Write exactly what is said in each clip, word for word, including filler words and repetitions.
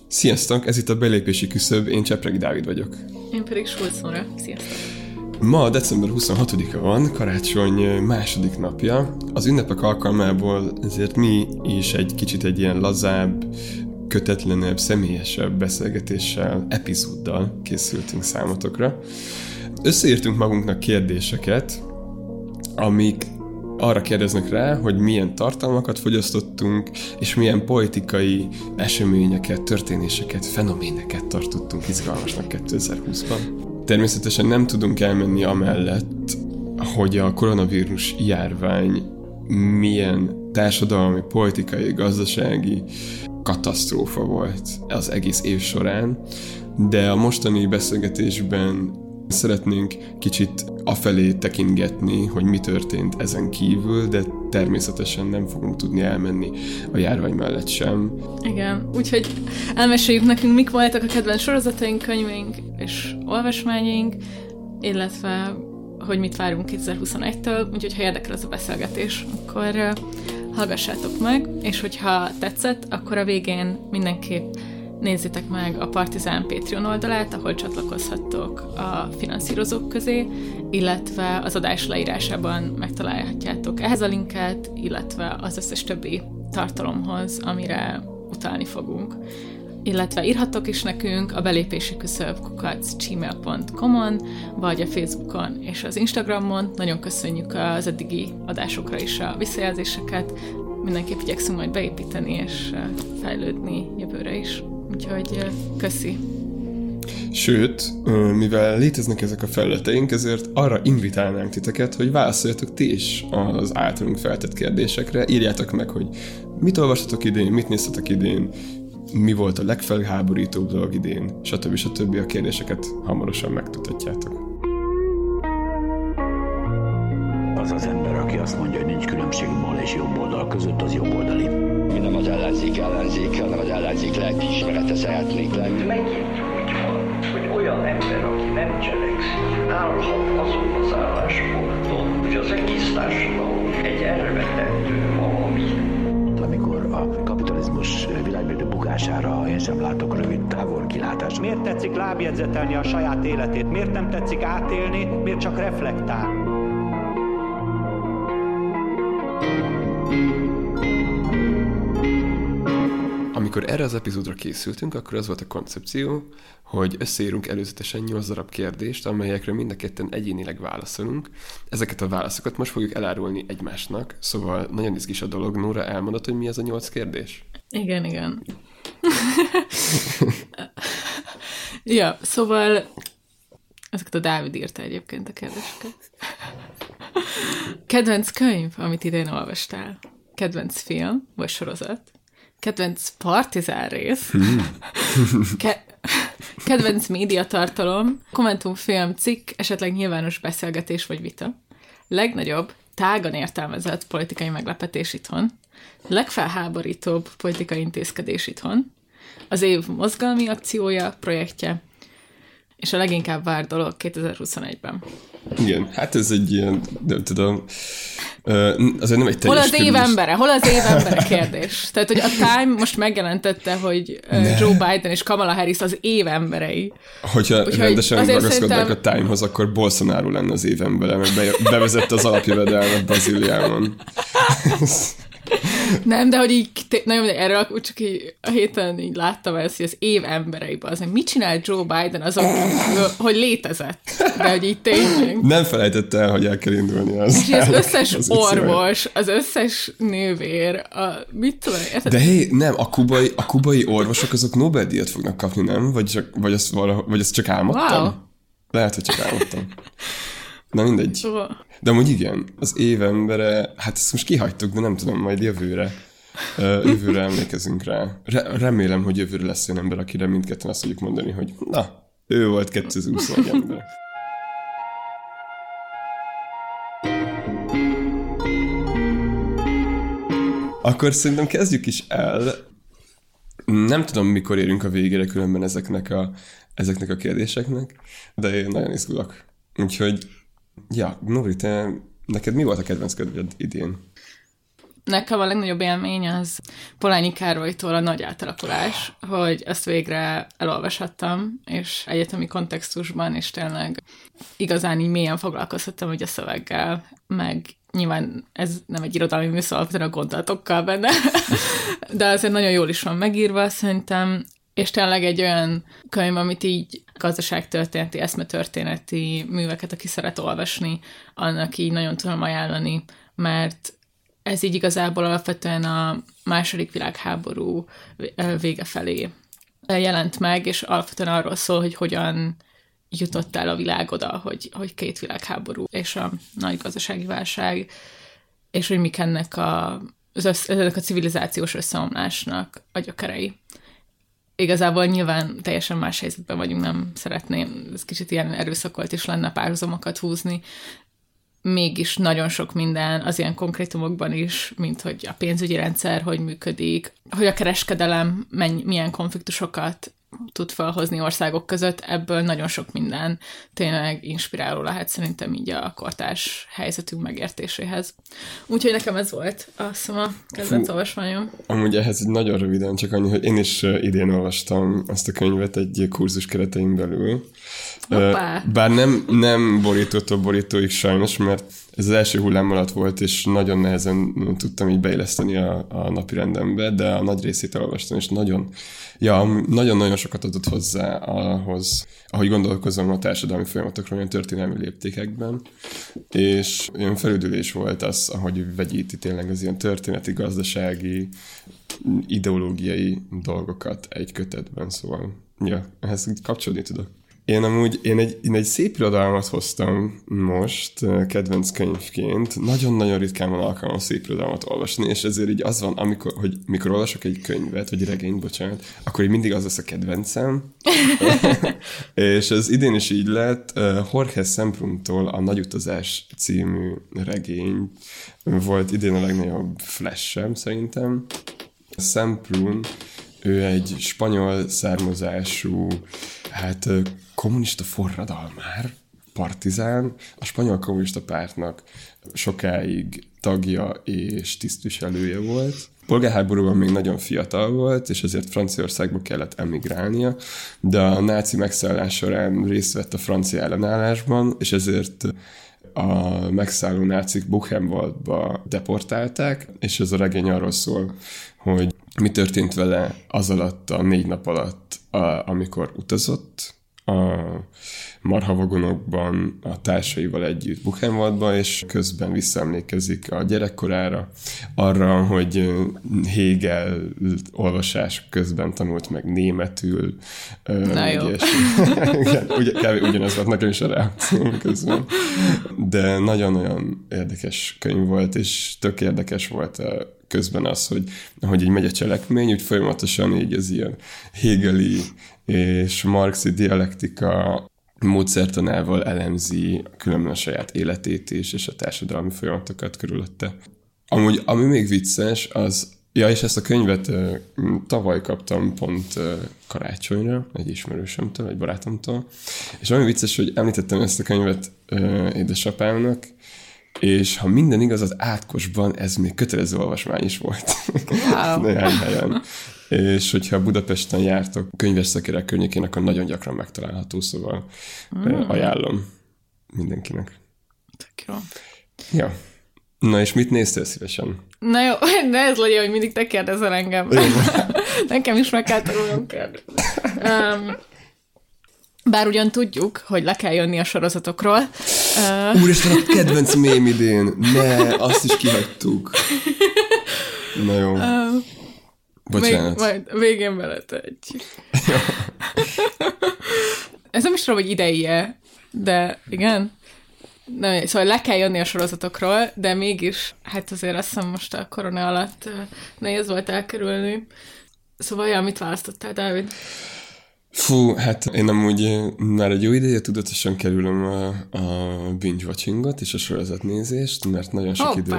Sziasztok, ez itt a Belépési Küszöb, én Csepregi Dávid vagyok. Én pedig Schulz Nóra. Sziasztok. Ma december huszonhatodika van, karácsony második napja. Az ünnepek alkalmából ezért mi is egy kicsit egy ilyen lazább, kötetlenebb, személyesebb beszélgetéssel, epizóddal készültünk számotokra. Összeírtunk magunknak kérdéseket, amik arra kérdeznek rá, hogy milyen tartalmakat fogyasztottunk, és milyen politikai eseményeket, történéseket, fenoméneket tartottunk izgalmasnak kétezer-húszban. Természetesen nem tudunk elmenni amellett, hogy a koronavírus járvány milyen társadalmi, politikai, gazdasági katasztrófa volt az egész év során, de a mostani beszélgetésben szeretnénk kicsit afelé tekintgetni, hogy mi történt ezen kívül, de természetesen nem fogunk tudni elmenni a járvány mellett sem. Igen, úgyhogy elmeséljük nekünk, mik voltak a kedvenc sorozataink, könyveink és olvasmányaink, illetve hogy mit várunk kétezer-huszonegytől, úgyhogy ha érdekel az a beszélgetés, akkor uh, hallgassátok meg, és hogyha tetszett, akkor a végén mindenképp nézzétek meg a Partizán Patreon oldalát, ahol csatlakozhattok a finanszírozók közé, illetve az adás leírásában megtalálhatjátok ehhez a linket, illetve az összes többi tartalomhoz, amire utalni fogunk. Illetve írhattok is nekünk a belépési küszöb kukac gmail pont com-on, vagy a Facebookon és az Instagramon. Nagyon köszönjük az eddigi adásokra is a visszajelzéseket. Mindenképp igyekszünk majd beépíteni és fejlődni jövőre is. Úgyhogy köszi. Sőt, mivel léteznek ezek a felületeink, ezért arra invitálnánk titeket, hogy válaszoljatok ti is az általunk feltett kérdésekre. Írjátok meg, hogy mit olvastatok idén, mit néztetek idén, mi volt a legfelháborítóbb dolog idén, stb. stb. A kérdéseket hamarosan megtudhatjátok. Az az ember, aki azt mondja, hogy nincs különbség bal és jobb oldal között, az jobb oldali. Mi nem az ellenzék ellenzék, hanem az ellenzék lelkiismerete szeretnék lenni. Megint úgy van, hogy olyan ember, aki nem cselekszik, állhat azon az állásponton, hogy az egész társadalom egy elvetendő valami. Amikor a kapitalizmus világmérdő bukására én sem látok rövid távol kilátást. Miért tetszik lábjegyzetelni a saját életét? Miért nem tetszik átélni? Miért csak reflektál? Amikor erre az epizódra készültünk, akkor az volt a koncepció, hogy összeírunk előzetesen nyolc darab kérdést, amelyekre mind a ketten egyénileg válaszolunk. Ezeket a válaszokat most fogjuk elárulni egymásnak, szóval nagyon izgis a dolog. Nóra, elmondod, hogy mi ez a nyolc kérdés? Igen, igen. Ja, szóval ezeket a Dávid írta egyébként a kérdéseket. Kedvenc könyv, amit idén olvastál? Kedvenc film, vagy sorozat? Kedvenc partizán rész? Ke- kedvenc médiatartalom? Kommentumfilm, cikk, esetleg nyilvános beszélgetés vagy vita? Legnagyobb, tágan értelmezett politikai meglepetés itthon? Legfelháborítóbb politikai intézkedés itthon? Az év mozgalmi akciója, projektje? És a leginkább várt dolog kétezer-huszonegyben. Igen, hát ez egy ilyen, nem tudom, azért nem egy teljes Hol az kérdés. év embere? Hol az év embere kérdés? Tehát, hogy a Time most megjelentette, hogy ne. Joe Biden és Kamala Harris az év emberei. Hogyha Úgyhogy rendesen ragaszkodnánk szerintem... a Time-hoz, akkor Bolsonaro lenne az év embere, mert be, bevezette az alapjövedelmet Brazíliában. Nem, de hogy így, nagyon erről csak így a héten így láttam ezt, hogy az év embereiben az, hogy mit csinált Joe Biden azon, hogy létezett. De hogy így tényleg. Nem felejtette el, hogy el kell indulni az. És az összes az orvos, az összes nővér, a, mit tudom, érted? De hé, nem, a kubai, a kubai orvosok azok Nobel-díjat fognak kapni, nem? Vagy, csak, vagy, azt, valahogy, vagy azt csak álmodtam? Wow. Lehet, hogy csak álmodtam. Na mindegy. De amúgy igen, az év embere, hát ezt most kihagytuk, de nem tudom, majd jövőre. Uh, jövőre emlékezünk rá. Re- remélem, hogy jövőre lesz olyan ember, akire mindketten azt tudjuk mondani, hogy na, ő volt kétezer-huszonegy ember. Akkor szerintem kezdjük is el. Nem tudom, mikor érünk a végére különben ezeknek a, ezeknek a kérdéseknek, de én nagyon izgulok. Úgyhogy, ja, Nóri, te, neked mi volt a kedvenc könyved idén? Nekem a legnagyobb élmény az Polányi Károlytól a Nagy átalakulás, hogy ezt végre elolvashattam, és egyetemi kontextusban, és tényleg igazán így mélyen foglalkoztattam hogy a szöveggel, meg nyilván ez nem egy irodalmi műszó, alapvetően a gondolatokkal benne, de azért nagyon jól is van megírva szerintem, és tényleg egy olyan könyv, amit így gazdaságtörténeti, eszmetörténeti műveket, aki szeret olvasni, annak így nagyon tudom ajánlani, mert ez így igazából alapvetően a második világháború vége felé jelent meg, és alapvetően arról szól, hogy hogyan jutott el a világ oda, hogy, hogy két világháború, és a nagy gazdasági válság, és hogy mik ennek a, az össz, ennek a civilizációs összeomlásnak a gyökerei. Igazából nyilván teljesen más helyzetben vagyunk, nem szeretném, ez kicsit ilyen erőszakolt is lenne párhuzamokat húzni, mégis nagyon sok minden az ilyen konkrétumokban is, mint hogy a pénzügyi rendszer hogy működik, hogy a kereskedelem mennyi, milyen konfliktusokat tud felhozni országok között, ebből nagyon sok minden tényleg inspiráló lehet szerintem így a kortárs helyzetünk megértéséhez. Úgyhogy nekem ez volt azt hiszem a kedvenc olvasmányom. Amúgy ehhez nagyon röviden, csak annyi, hogy én is idén olvastam ezt a könyvet egy kurzus keretein belül. Hoppá. Bár nem, nem borítótól borítóig sajnos, mert ez az első hullám alatt volt, és nagyon nehezen tudtam így beilleszteni a, a napi rendembe, de a nagy részét elolvastam, és nagyon, ja, nagyon-nagyon sokat adott hozzá ahhoz, ahogy gondolkozom a társadalmi folyamatokról, olyan történelmi léptékekben, és olyan felüdülés volt az, ahogy vegyíti tényleg az ilyen történeti, gazdasági, ideológiai dolgokat egy kötetben, szóval, ja, ehhez kapcsolódni tudok. Én amúgy, én egy, én egy szép irodalmat hoztam most kedvenc könyvként. Nagyon-nagyon ritkán van alkalmam szép irodalmat olvasni, és ezért így az van, amikor, hogy mikor olvasok egy könyvet, vagy regényt, bocsánat, akkor így mindig az lesz a kedvencem. És ez idén is így lett. Jorge Semprúntól a Nagy utazás című regény volt idén a legnagyobb flash-em szerintem. Semprún, ő egy spanyol származású, hát kommunista forradalmár, partizán, a spanyol kommunista pártnak sokáig tagja és tisztviselője volt. Polgárháborúban még nagyon fiatal volt, és ezért Franciaországba kellett emigrálnia, de a náci megszállás során részt vett a francia ellenállásban, és ezért a megszálló nácik Buchenwaldba deportálták, és ez a regény arról szól, hogy mi történt vele az alatt, a négy nap alatt, a, amikor utazott a marhavagonokban a társaival együtt Buchenwaldba, és közben visszaemlékezik a gyerekkorára, arra, hogy Hegel olvasás közben tanult meg németül. Na jó. Ugye, ugye, kb. Ugyanaz volt nekem is a reakció közben. De nagyon-nagyon érdekes könyv volt, és tök érdekes volt közben az, hogy, hogy így megy a cselekmény, úgy folyamatosan így az ilyen hegeli és marxi dialektika módszertanával elemzi különben a saját életét is, és a társadalmi folyamatokat körülötte. Amúgy, ami még vicces, az, ja, és ezt a könyvet uh, tavaly kaptam pont uh, karácsonyra, egy ismerősömtől, egy barátomtól, és ami vicces, hogy említettem ezt a könyvet uh, édesapámnak, és ha minden igaz, az Átkosban ez még kötelező olvasmány is volt. Wow. Néhány helyen. És hogyha Budapesten jártok könyves szakérek környékén, akkor nagyon gyakran megtalálható, szóval mm. ajánlom mindenkinek. Tök jó. Ja. Na és mit néztél szívesen? Na jó, de ez legyen, hogy mindig te kérdezel engem. Nekem is meg kell tanulnom kérdezni. Um, bár ugyan tudjuk, hogy le kell jönni a sorozatokról. Uh... Úristen, a kedvenc mém idén! Ne, azt is kihagytuk. Na jó. Uh... Bocsánat. Még, majd végén beletegy. Ez nem is tudom, hogy idejé, de igen. Nem, szóval le kell jönni a sorozatokról, de mégis, hát azért azt hiszem most a korona alatt nehéz volt elkerülni. Szóval olyan, mit választottál, Dávid? Fú, hát én amúgy már egy jó ideje tudatosan kerülöm a, a binge-watchingot és a sorozatnézést, mert nagyon sok idő...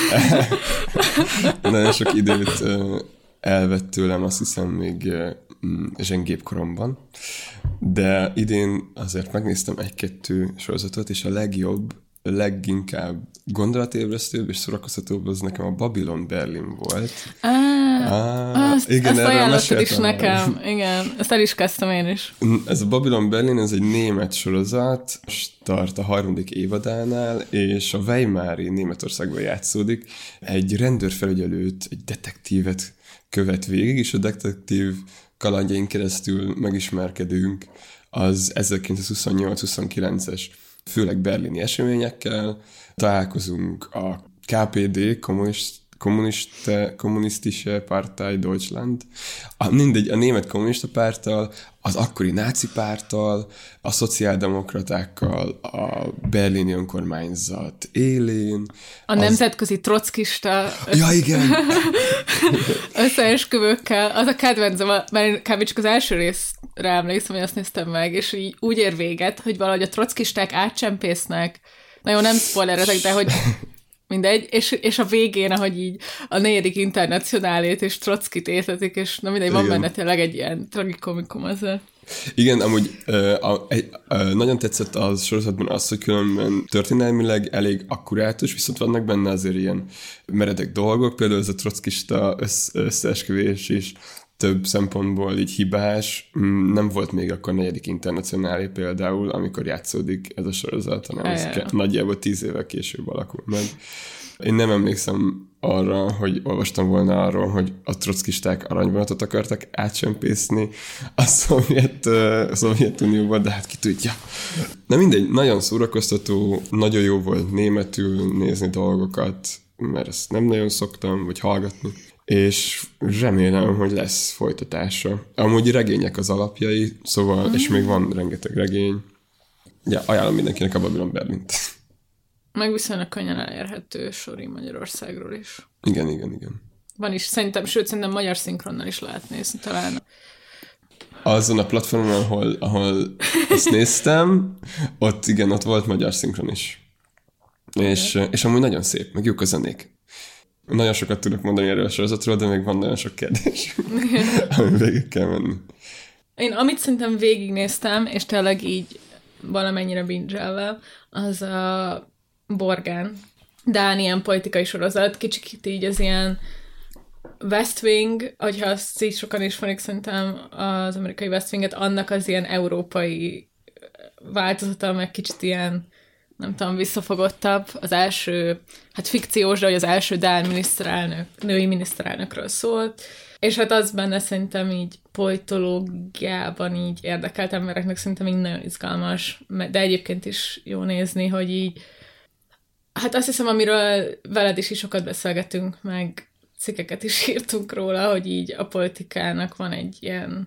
nagyon sok időt elvett tőlem, azt hiszem még zsengébb koromban. De idén azért megnéztem egy-kettő sorozatot, és a legjobb leginkább gondolatébresztőbb és szórakoztatóbb az nekem a Babylon Berlin volt. Ah, ah, azt, igen, azt ajánlottad is már. nekem. Igen, ezt el is kezdtem én is. Ez a Babylon Berlin, ez egy német sorozat, tart a harmadik évadánál, és a Weimári Németországban játszódik. Egy rendőrfelügyelőt, egy detektívet követ végig, és a detektív kalandjain keresztül megismerkedünk az ezerkilencszázhuszonnyolc-huszonkilences, főleg berlini eseményekkel, találkozunk a ká pé dé, kommunist, kommuniste, kommunistische Partei Deutschland, a, mindegy, a német kommunista párttal, az akkori náci párttal, a szociáldemokratákkal, a berlini önkormányzat élén. A az... nemzetközi trockista ja, igen. összeesküvőkkel. Az a kedvencem, mert én kb. Csak az első részre emlékszem, hogy azt néztem meg, és így úgy ér véget, hogy valahogy a trockisták átcsempésznek. Na jó, nem spoilerezek, de hogy mindegy, és, és a végén, ahogy így a negyedik internacionálét és Trockit értetik, és na mindegy, van benne tényleg egy ilyen tragikomikum azért. Igen, amúgy uh, a, egy, uh, nagyon tetszett az sorozatban az, hogy különben történelmileg elég akkurátus, viszont vannak benne azért ilyen meredek dolgok, például ez a trockista össz, összeesküvés is több szempontból így hibás. Nem volt még akkor negyedik internacionálé például, amikor játszódik ez a sorozat, hanem ez ke- nagyjából tíz évvel később alakul meg. Én nem emlékszem arra, hogy olvastam volna arról, hogy a trockisták aranyvonatot akartak átsempészni a szovjet, uh, Szovjetunióban, de hát ki tudja. Na mindegy, nagyon szórakoztató, nagyon jó volt németül nézni dolgokat, mert ezt nem nagyon szoktam, vagy hallgatni. És remélem, hogy lesz folytatása. Amúgy regények az alapjai, szóval, mm. és még van rengeteg regény. Ja, ajánlom mindenkinek a Babylon Berlint. Meg viszonylag könnyen elérhető sori Magyarországról is. Igen, igen, igen. Van is, szerintem, sőt, szerintem magyar szinkronnal is lehet nézni talán. Azon a platformon, ahol, ahol ezt néztem, ott igen, ott volt magyar szinkron is. És, és amúgy nagyon szép, meg jók a zenék. Nagyon sokat tudok mondani erről a sorozatról, de még van nagyon sok kérdés, ami végig kell menni. Én amit szerintem végignéztem, és tényleg így valamennyire binge-elve, az a Borgen. Dán ilyen politikai sorozat, kicsit így az ilyen West Wing, hogyha azt így sokan ismerik szerintem az amerikai West Winget, annak az ilyen európai változata, meg kicsit ilyen nem tudom, visszafogottabb. Az első, hát fikciós, de hogy az első dán miniszterelnök, női miniszterelnökről szólt, és hát az benne szerintem így politológiában így érdekelt embereknek szerintem így nagyon izgalmas, de egyébként is jó nézni, hogy így hát azt hiszem, amiről veled is, is sokat beszélgetünk, meg cikkeket is írtunk róla, hogy így a politikának van egy ilyen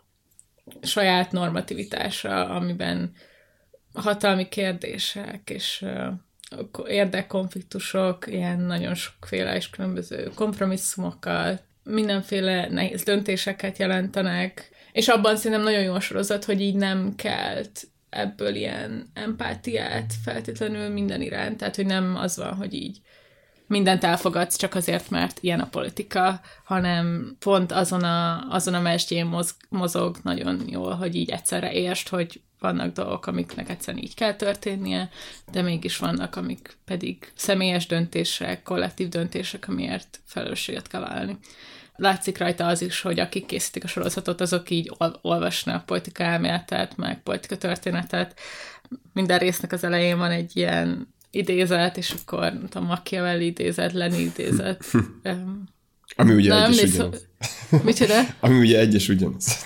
saját normativitása, amiben hatalmi kérdések és uh, érdekkonfliktusok, ilyen nagyon sokféle és különböző kompromisszumokkal, mindenféle nehéz döntéseket jelentenek, és abban szerintem nagyon jó a sorozat, hogy így nem kelt ebből ilyen empátiát feltétlenül minden iránt, tehát hogy nem az van, hogy így mindent elfogadsz csak azért, mert ilyen a politika, hanem pont azon a, azon a mesdjén moz, mozog nagyon jól, hogy így egyszerre értsd, hogy vannak dolgok, amiknek egyszerűen így kell történnie, de mégis vannak, amik pedig személyes döntések, kollektív döntések, amiért felelősséget kell vállalni. Látszik rajta az is, hogy akik készítik a sorozatot, azok így ol- olvasnak politika elméletet, meg politika történetet. Minden résznek az elején van egy ilyen idézet, és akkor nem tudom, Machiavelli idézet, Lenin idézet. Ami ugye nem, egyes néz... ugyanaz. Micsoda? Ami ugye egyes ugyanaz.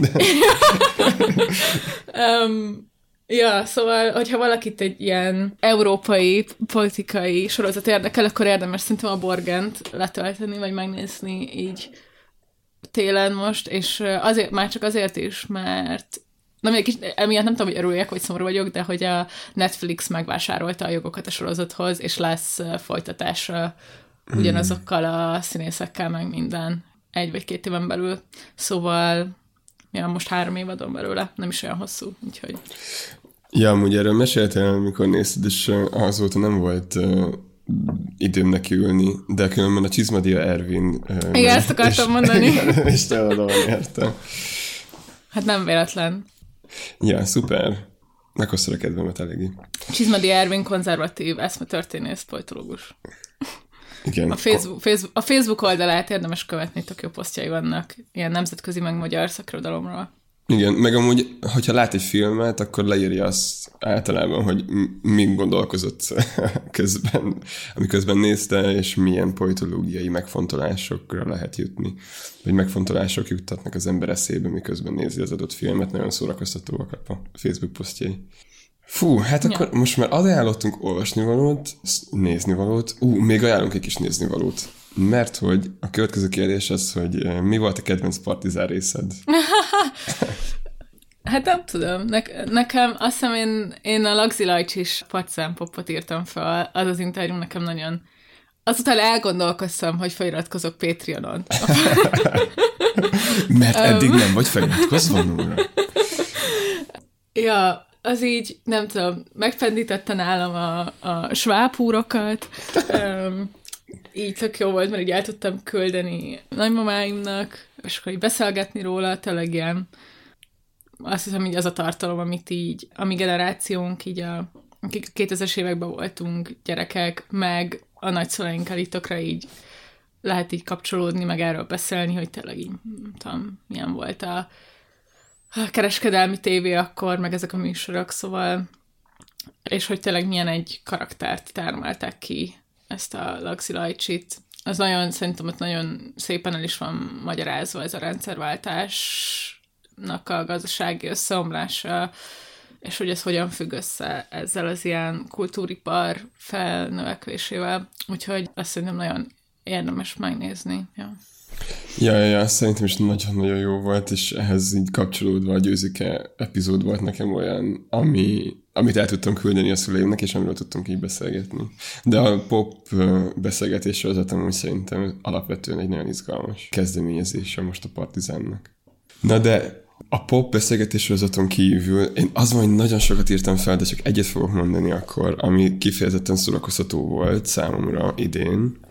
um, ja, szóval, hogyha valakit egy ilyen európai politikai sorozat érdekel, akkor érdemes szerintem a Borgent letölteni, vagy megnézni így télen most, és azért, már csak azért is, mert na, még kicsit, emiatt nem tudom, hogy örüljek, vagy szomorú vagyok, de hogy a Netflix megvásárolta a jogokat a sorozathoz, és lesz folytatása ugyanazokkal a színészekkel, meg minden egy vagy két éven belül. Szóval ja, most három évadon belőle, nem is olyan hosszú, úgyhogy... Ja, amúgy erről meséltél, amikor nézted, és azóta nem volt uh, időm neki ülni, de különben a Csizmadia Ervin... Uh, igen, ezt akartam és, mondani. Igen, és te oda van értem. Hát nem véletlen. Ja, szuper. megosztod a kedvemet eléggé. Csizmadi Ervin konzervatív eszmetörténész, politológus. Igen. A Facebook, Facebook, a Facebook oldalát érdemes követni, tök jó posztjai vannak ilyen nemzetközi meg magyar szakirodalomról. Igen, meg amúgy, hogyha lát egy filmet, akkor leírja azt általában, hogy mi gondolkozott közben, amiközben nézte, és milyen politológiai megfontolásokra lehet jutni. Vagy megfontolások juttatnak az ember eszébe, miközben nézi az adott filmet. Nagyon szórakoztatóak a Facebook posztjai. Fú, hát ja. Akkor most már ajánlottunk olvasnivalót, néznivalót. Ú, még ajánlunk egy kis néznivalót. Mert hogy a következő kérdés az, hogy mi volt a kedvenc Partizán részed? Hát nem tudom. Ne- nekem azt hiszem én, én a Lagzi Lajcsis Partizán popot írtam fel. Az az interjú nekem nagyon... Azután elgondolkoztam, hogy feliratkozok Patreonon. Mert eddig nem vagy feliratkozva, Nóra? Ja, az így, nem tudom, megfendítette nálam a, a svábhúrokat. Um, így tök jó volt, mert így el tudtam küldeni nagymamáimnak, és akkor így beszélgetni róla, tényleg ilyen, azt hiszem, így az a tartalom, amit így, a mi generációnk, így a, akik a kétezres években voltunk gyerekek, meg a nagyszüleinkkel így tökre így lehet így kapcsolódni, meg erről beszélni, hogy tényleg így, nem tudom, milyen volt a, a kereskedelmi tévé akkor, meg ezek a műsorok, szóval, és hogy tényleg milyen egy karaktert termeltek ki, ezt a Lagzi Lajcsit. Az nagyon, szerintem ott nagyon szépen el is van magyarázva ez a rendszerváltásnak a gazdasági összeomlása, és hogy ez hogyan függ össze ezzel az ilyen kultúripar felnövekvésével. Úgyhogy azt szerintem nagyon érdemes megnézni. Ja. Ja, ja, ja, szerintem is nagyon-nagyon jó volt, és ehhez így kapcsolódva a Győzike epizód volt nekem olyan, ami, amit el tudtam küldeni a szüleimnek, és amiről tudtunk így beszélgetni. De a pop beszélgetésről az amúgy szerintem alapvetően egy nagyon izgalmas kezdeményezése most a Partizánnak. Na de a pop beszélgetésről azaton kívül én az van, hogy nagyon sokat írtam fel, de csak egyet fogok mondani akkor, ami kifejezetten szórakoztató volt számomra idén.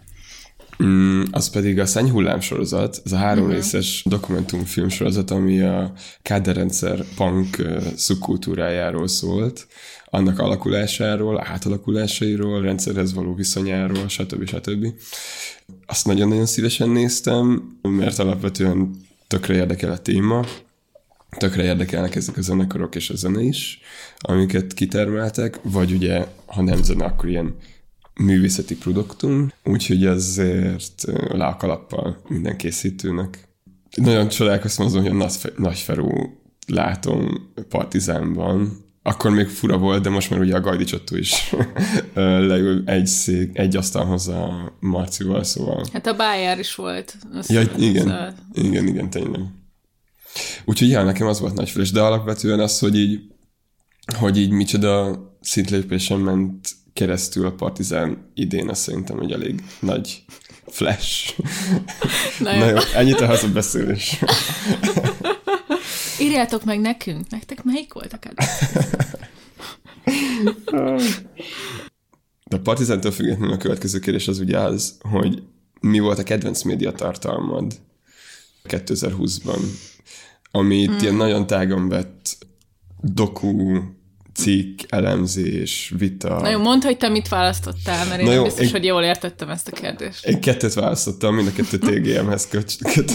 Mm, az pedig a Szennyhullám sorozat, ez a három uh-huh. részes dokumentumfilm sorozat, ami a káderrendszer punk uh, szubkultúrájáról szólt, annak alakulásáról, átalakulásairól, rendszerhez való viszonyáról, stb. stb. Azt nagyon-nagyon szívesen néztem, mert alapvetően tökre érdekel a téma, tökre érdekelnek ezek a zenekarok és a zene is, amiket kitermeltek, vagy ugye, ha nem zene, akkor ilyen művészeti produktum, úgyhogy azért le a kalappal minden készítőnek. Nagyon csodálkoztam azon, hogy a Nagyferó látom Partizánban. Akkor még fura volt, de most már ugye a Gajdi Csottó is leül egy szék, egy asztalhoz a Marcival, szóval... Hát a Bájár is volt. Ja, igen, a... igen, igen, tényleg. Úgyhogy ja, nekem az volt nagyfülös, de alapvetően az, hogy így, hogy így micsoda szintlépésen ment keresztül a Partizán idén, azt szerintem, hogy elég nagy flash. Na jó, Na jó ennyit a hazabeszélés. Írjátok meg nekünk, nektek melyik volt a kedvenc? De a Partizántól függetlenül a következő kérdés az ugye az, hogy mi volt a kedvenc médiatartalmad kétezer-húszban, amit mm. ilyen nagyon tágon vett doku, cikk, elemzés, vita. Na jó, mondd, hogy te mit választottál, mert én Na nem jó, biztos, én, hogy jól értettem ezt a kérdést. Én kettőt választottam, mind a kettő té gé em-hez kötődik.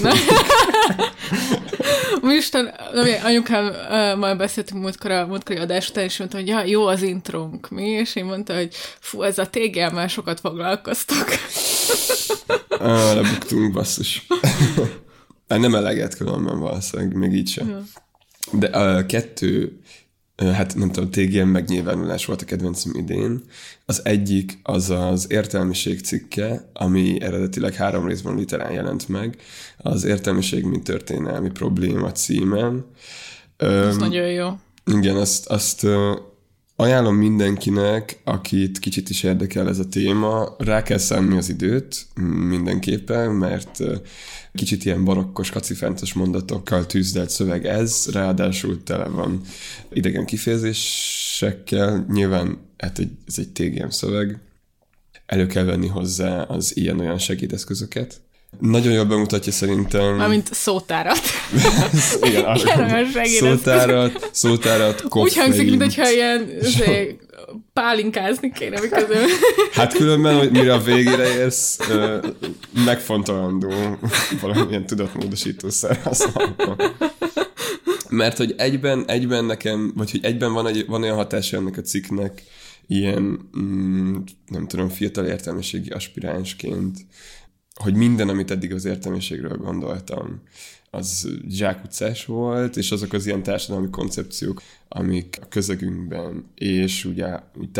Isten, anyukám uh, majd beszéltünk múltkor a múltkori adás után, és mondta, hogy ja, jó az intrónk, mi? És én mondta, hogy fú, ez a té gé em-mel sokat foglalkoztak. ah, lebuktunk, basszus. Nem eleget különben valószínűleg, még így sem. Ja. De a kettő, hát nem tudom, té gé em megnyilvánulás volt a kedvencem idén. Az egyik az az Értelmiség cikke, ami eredetileg három részben literán jelent meg. Az Értelmiség, mint történelmi probléma címen. Ez um, nagyon jó. Igen, azt, azt uh, ajánlom mindenkinek, akit kicsit is érdekel ez a téma. Rá kell szánni az időt mindenképpen, mert uh, kicsit ilyen barokkos, kacifántos mondatokkal tűzdelt szöveg ez, ráadásul tele van idegen kifejezésekkel. Nyilván hát egy, ez egy té gé em szöveg. Elő kell venni hozzá az ilyen-olyan segédeszközöket. Nagyon jól bemutatja szerintem. Mármint szótárat. Igen, arra szótárat, szótárat, koffeint. Úgy hangzik, mintha ilyen zé, pálinkázni kéne, miközben. Hát különben, hogy mire a végére érsz, megfontolandó valamilyen tudatmódosítószer használva. Mert hogy egyben, egyben nekem, vagy hogy egyben van, egy, van olyan hatása ennek a cikknek, ilyen, mm, nem tudom, fiatal értelmiségi aspiránsként, hogy minden, amit eddig az értelmiségről gondoltam, az zsákutcás volt, és azok az ilyen társadalmi koncepciók, amik a közegünkben, és ugye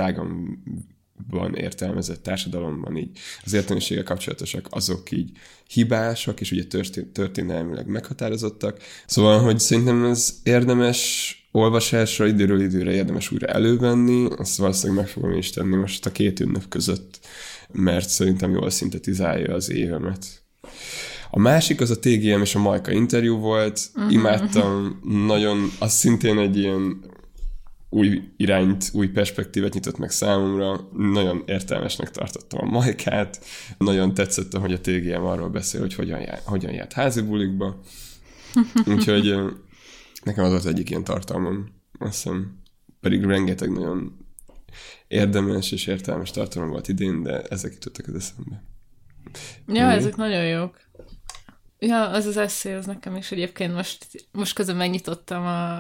tágamban értelmezett társadalomban így az értelmiséggel kapcsolatosak, azok így hibásak, és ugye történelmileg meghatározottak. Szóval, hogy szerintem ez érdemes olvasásra, időről időre érdemes újra elővenni, azt valószínűleg meg fogom is tenni most a két ünnep között, mert szerintem jól szintetizálja az évemet. A másik az a té gé em és a Majka interjú volt, uh-huh. Imádtam, nagyon, az szintén egy ilyen új irányt, új perspektívát nyitott meg számomra, nagyon értelmesnek tartottam a Majkát, nagyon tetszett, hogy a té gé em arról beszél, hogy hogyan, jár, hogyan járt házi bulikba, úgyhogy nekem az az egyik ilyen tartalmam, azt hiszem, pedig rengeteg nagyon érdemes és értelmes tartalom volt idén, de ezek jutottak az eszembe. Ja, Mi? Ezek nagyon jók. Ja, az az eszély, az nekem is egyébként most, most közben megnyitottam a,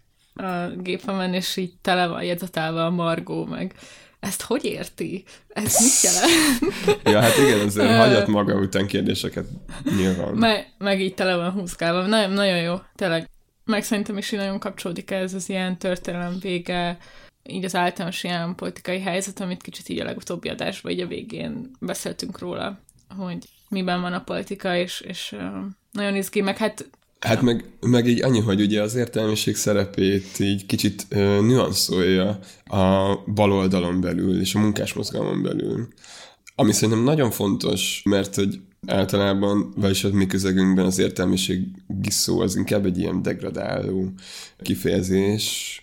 a gépemen, és így tele van jegyzetálva a Margó, meg ezt hogy érti? Ez mit jelent? Ja, hát igen, azért hagyott maga után kérdéseket nyilván. Me, meg így tele van húzgálva. Nagyon, nagyon jó, tényleg. Meg szerintem is így nagyon kapcsolódik ez az ilyen történelem vége, így az általános ilyen politikai helyzet, amit kicsit így a legutóbbi adásban így a végén beszéltünk róla, hogy miben van a politika, és, és uh, nagyon izgi, meg hát... Hát meg, meg így annyi, hogy ugye az értelmiség szerepét így kicsit uh, nüanszolja a baloldalon belül, és a munkásmozgalmon belül. Ami szerintem nagyon fontos, mert hogy általában, vagyis a mi közegünkben az értelmiségi szó az inkább egy ilyen degradáló kifejezés,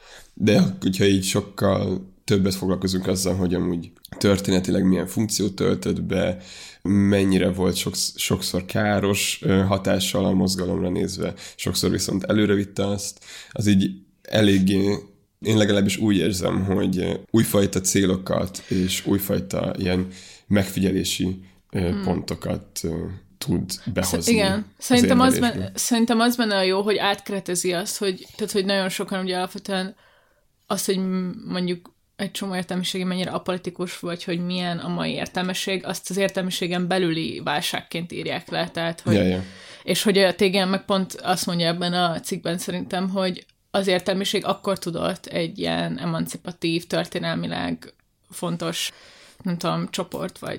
de hogyha így sokkal többet foglalkozunk azzal, hogy amúgy történetileg milyen funkciót töltött be, mennyire volt sokszor, sokszor káros hatással a mozgalomra nézve, sokszor viszont előre vitte azt, az így eléggé, én legalábbis úgy érzem, hogy újfajta célokat és újfajta ilyen megfigyelési hmm. pontokat tud behozni. Igen, szerintem az, benne, szerintem az benne a jó, hogy átkeretezi azt, hogy, tehát, hogy nagyon sokan ugye alapvetően azt, hogy mondjuk egy csomó értelmiségi mennyire apolitikus, vagy hogy milyen a mai értelmiség, azt az értelmiségen belüli válságként írják le. Tehát, hogy, yeah, yeah. És hogy a té gé em meg pont azt mondja ebben a cikkben szerintem, hogy az értelmiség akkor tudott egy ilyen emancipatív, történelmileg fontos, nem tudom, csoport, vagy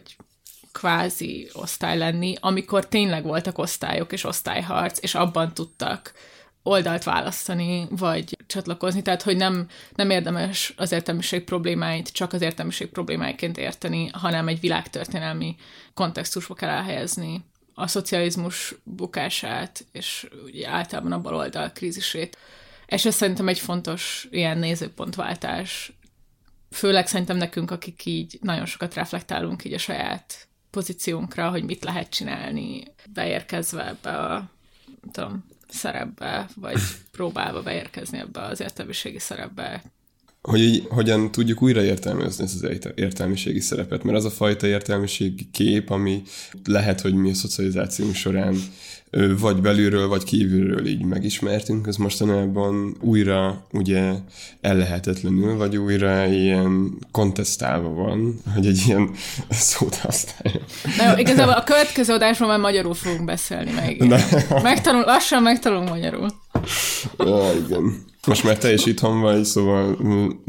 kvázi osztály lenni, amikor tényleg voltak osztályok és osztályharc, és abban tudtak oldalt választani, vagy csatlakozni, tehát hogy nem, nem érdemes az értelmiség problémáit csak az értelmiség problémáiként érteni, hanem egy világtörténelmi kontextusba kell elhelyezni a szocializmus bukását, és ugye általában a baloldal krízisét. És ez szerintem egy fontos ilyen nézőpontváltás, főleg szerintem nekünk, akik így nagyon sokat reflektálunk így a saját pozíciónkra, hogy mit lehet csinálni, beérkezve ebbe a, nem tudom, szerepbe, vagy próbálva beérkezni ebbe az értelmiségi szerepbe. Hogy így, hogyan tudjuk újra értelmezni ezt az értelmiségi szerepet, mert az a fajta értelmiségi kép, ami lehet, hogy mi a szocializációnk során vagy belülről, vagy kívülről így megismertünk, az mostanában újra ugye ellehetetlenül, vagy újra ilyen kontesztálva van, hogy egy ilyen szót használja. Na jó, igazából a következő adásban már magyarul fogunk beszélni meg. Megtanul, lassan megtanulunk magyarul. Ja, igen. Most már te is itthon vagy, szóval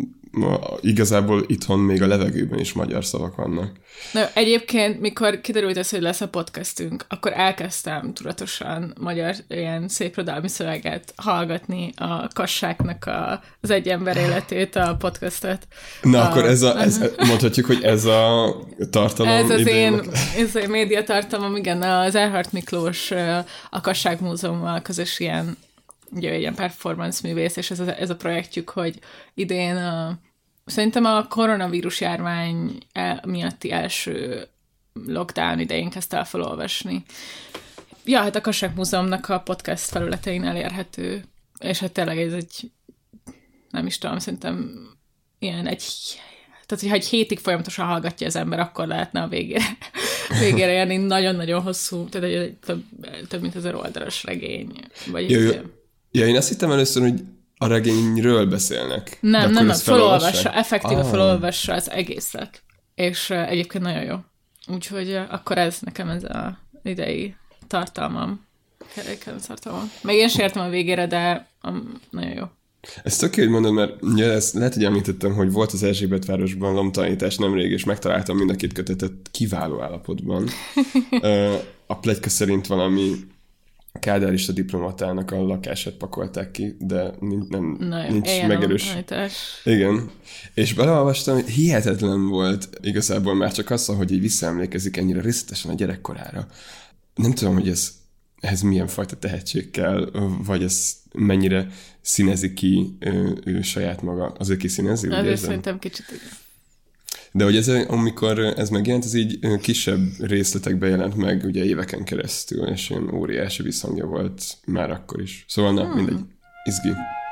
igazából itthon még a levegőben is magyar szavak vannak. Na, egyébként, mikor kiderült ez, hogy lesz a podcastünk, akkor elkezdtem tudatosan magyar ilyen szépirodalmi szöveget hallgatni a Kassáknak a, az egy ember életét, a podcastot. Na, a, akkor ez a, ez, mondhatjuk, hogy ez a tartalom. Ez az én, ez a média tartalmam, igen, az Erhardt Miklós a Kassák Múzeummal közös ilyen, ugye, ilyen performance művész, és ez a, ez a projektjük, hogy idén a, szerintem a koronavírus járvány el, miatti első lockdown idején kezdte el felolvasni. Ja, hát a Kassák Múzeumnak a podcast felületein elérhető, és hát tényleg ez egy, nem is tudom, szerintem ilyen egy, tehát hogyha egy hétig folyamatosan hallgatja az ember, akkor lehetne a végére, végére járni. Nagyon-nagyon hosszú, tehát egy több, több mint ezer oldalas regény. Vagy ja, egy, ja, én azt hittem először, hogy a regényről beszélnek. Nem, nem, nem, felolvassa, effektíve ah. felolvassa az egészet. És uh, egyébként nagyon jó. Úgyhogy uh, akkor ez nekem ez a idei tartalmam. Keréken tartalmam. Meg én sem értem a végére, de um, nagyon jó. Ez tök jó, hogy mondod, mert ugye ezt lehet, hogy említettem, hogy volt az Erzsébetvárosban lomtalanítás nemrég, és megtaláltam mind a két kötetet kiváló állapotban. A pletyka szerint valami kádárista diplomatának a lakását pakolták ki, de nincs, nem, Na, nincs megerős. Igen. És beleolvastam, hogy hihetetlen volt igazából már csak az, hogy így visszaemlékezik ennyire részletesen a gyerekkorára. Nem tudom, hogy ez ehhez milyen fajta tehetség kell, vagy ez mennyire színezi ki ő, ő saját maga. Az ő kiszínezi? Azért szerintem kicsit igen. De hogy ez, amikor ez megjelent, ez így kisebb részletekben jelent meg ugye éveken keresztül, és ilyen óriási visszhangja volt már akkor is. Szóval na, hmm. mindegy. Izgi.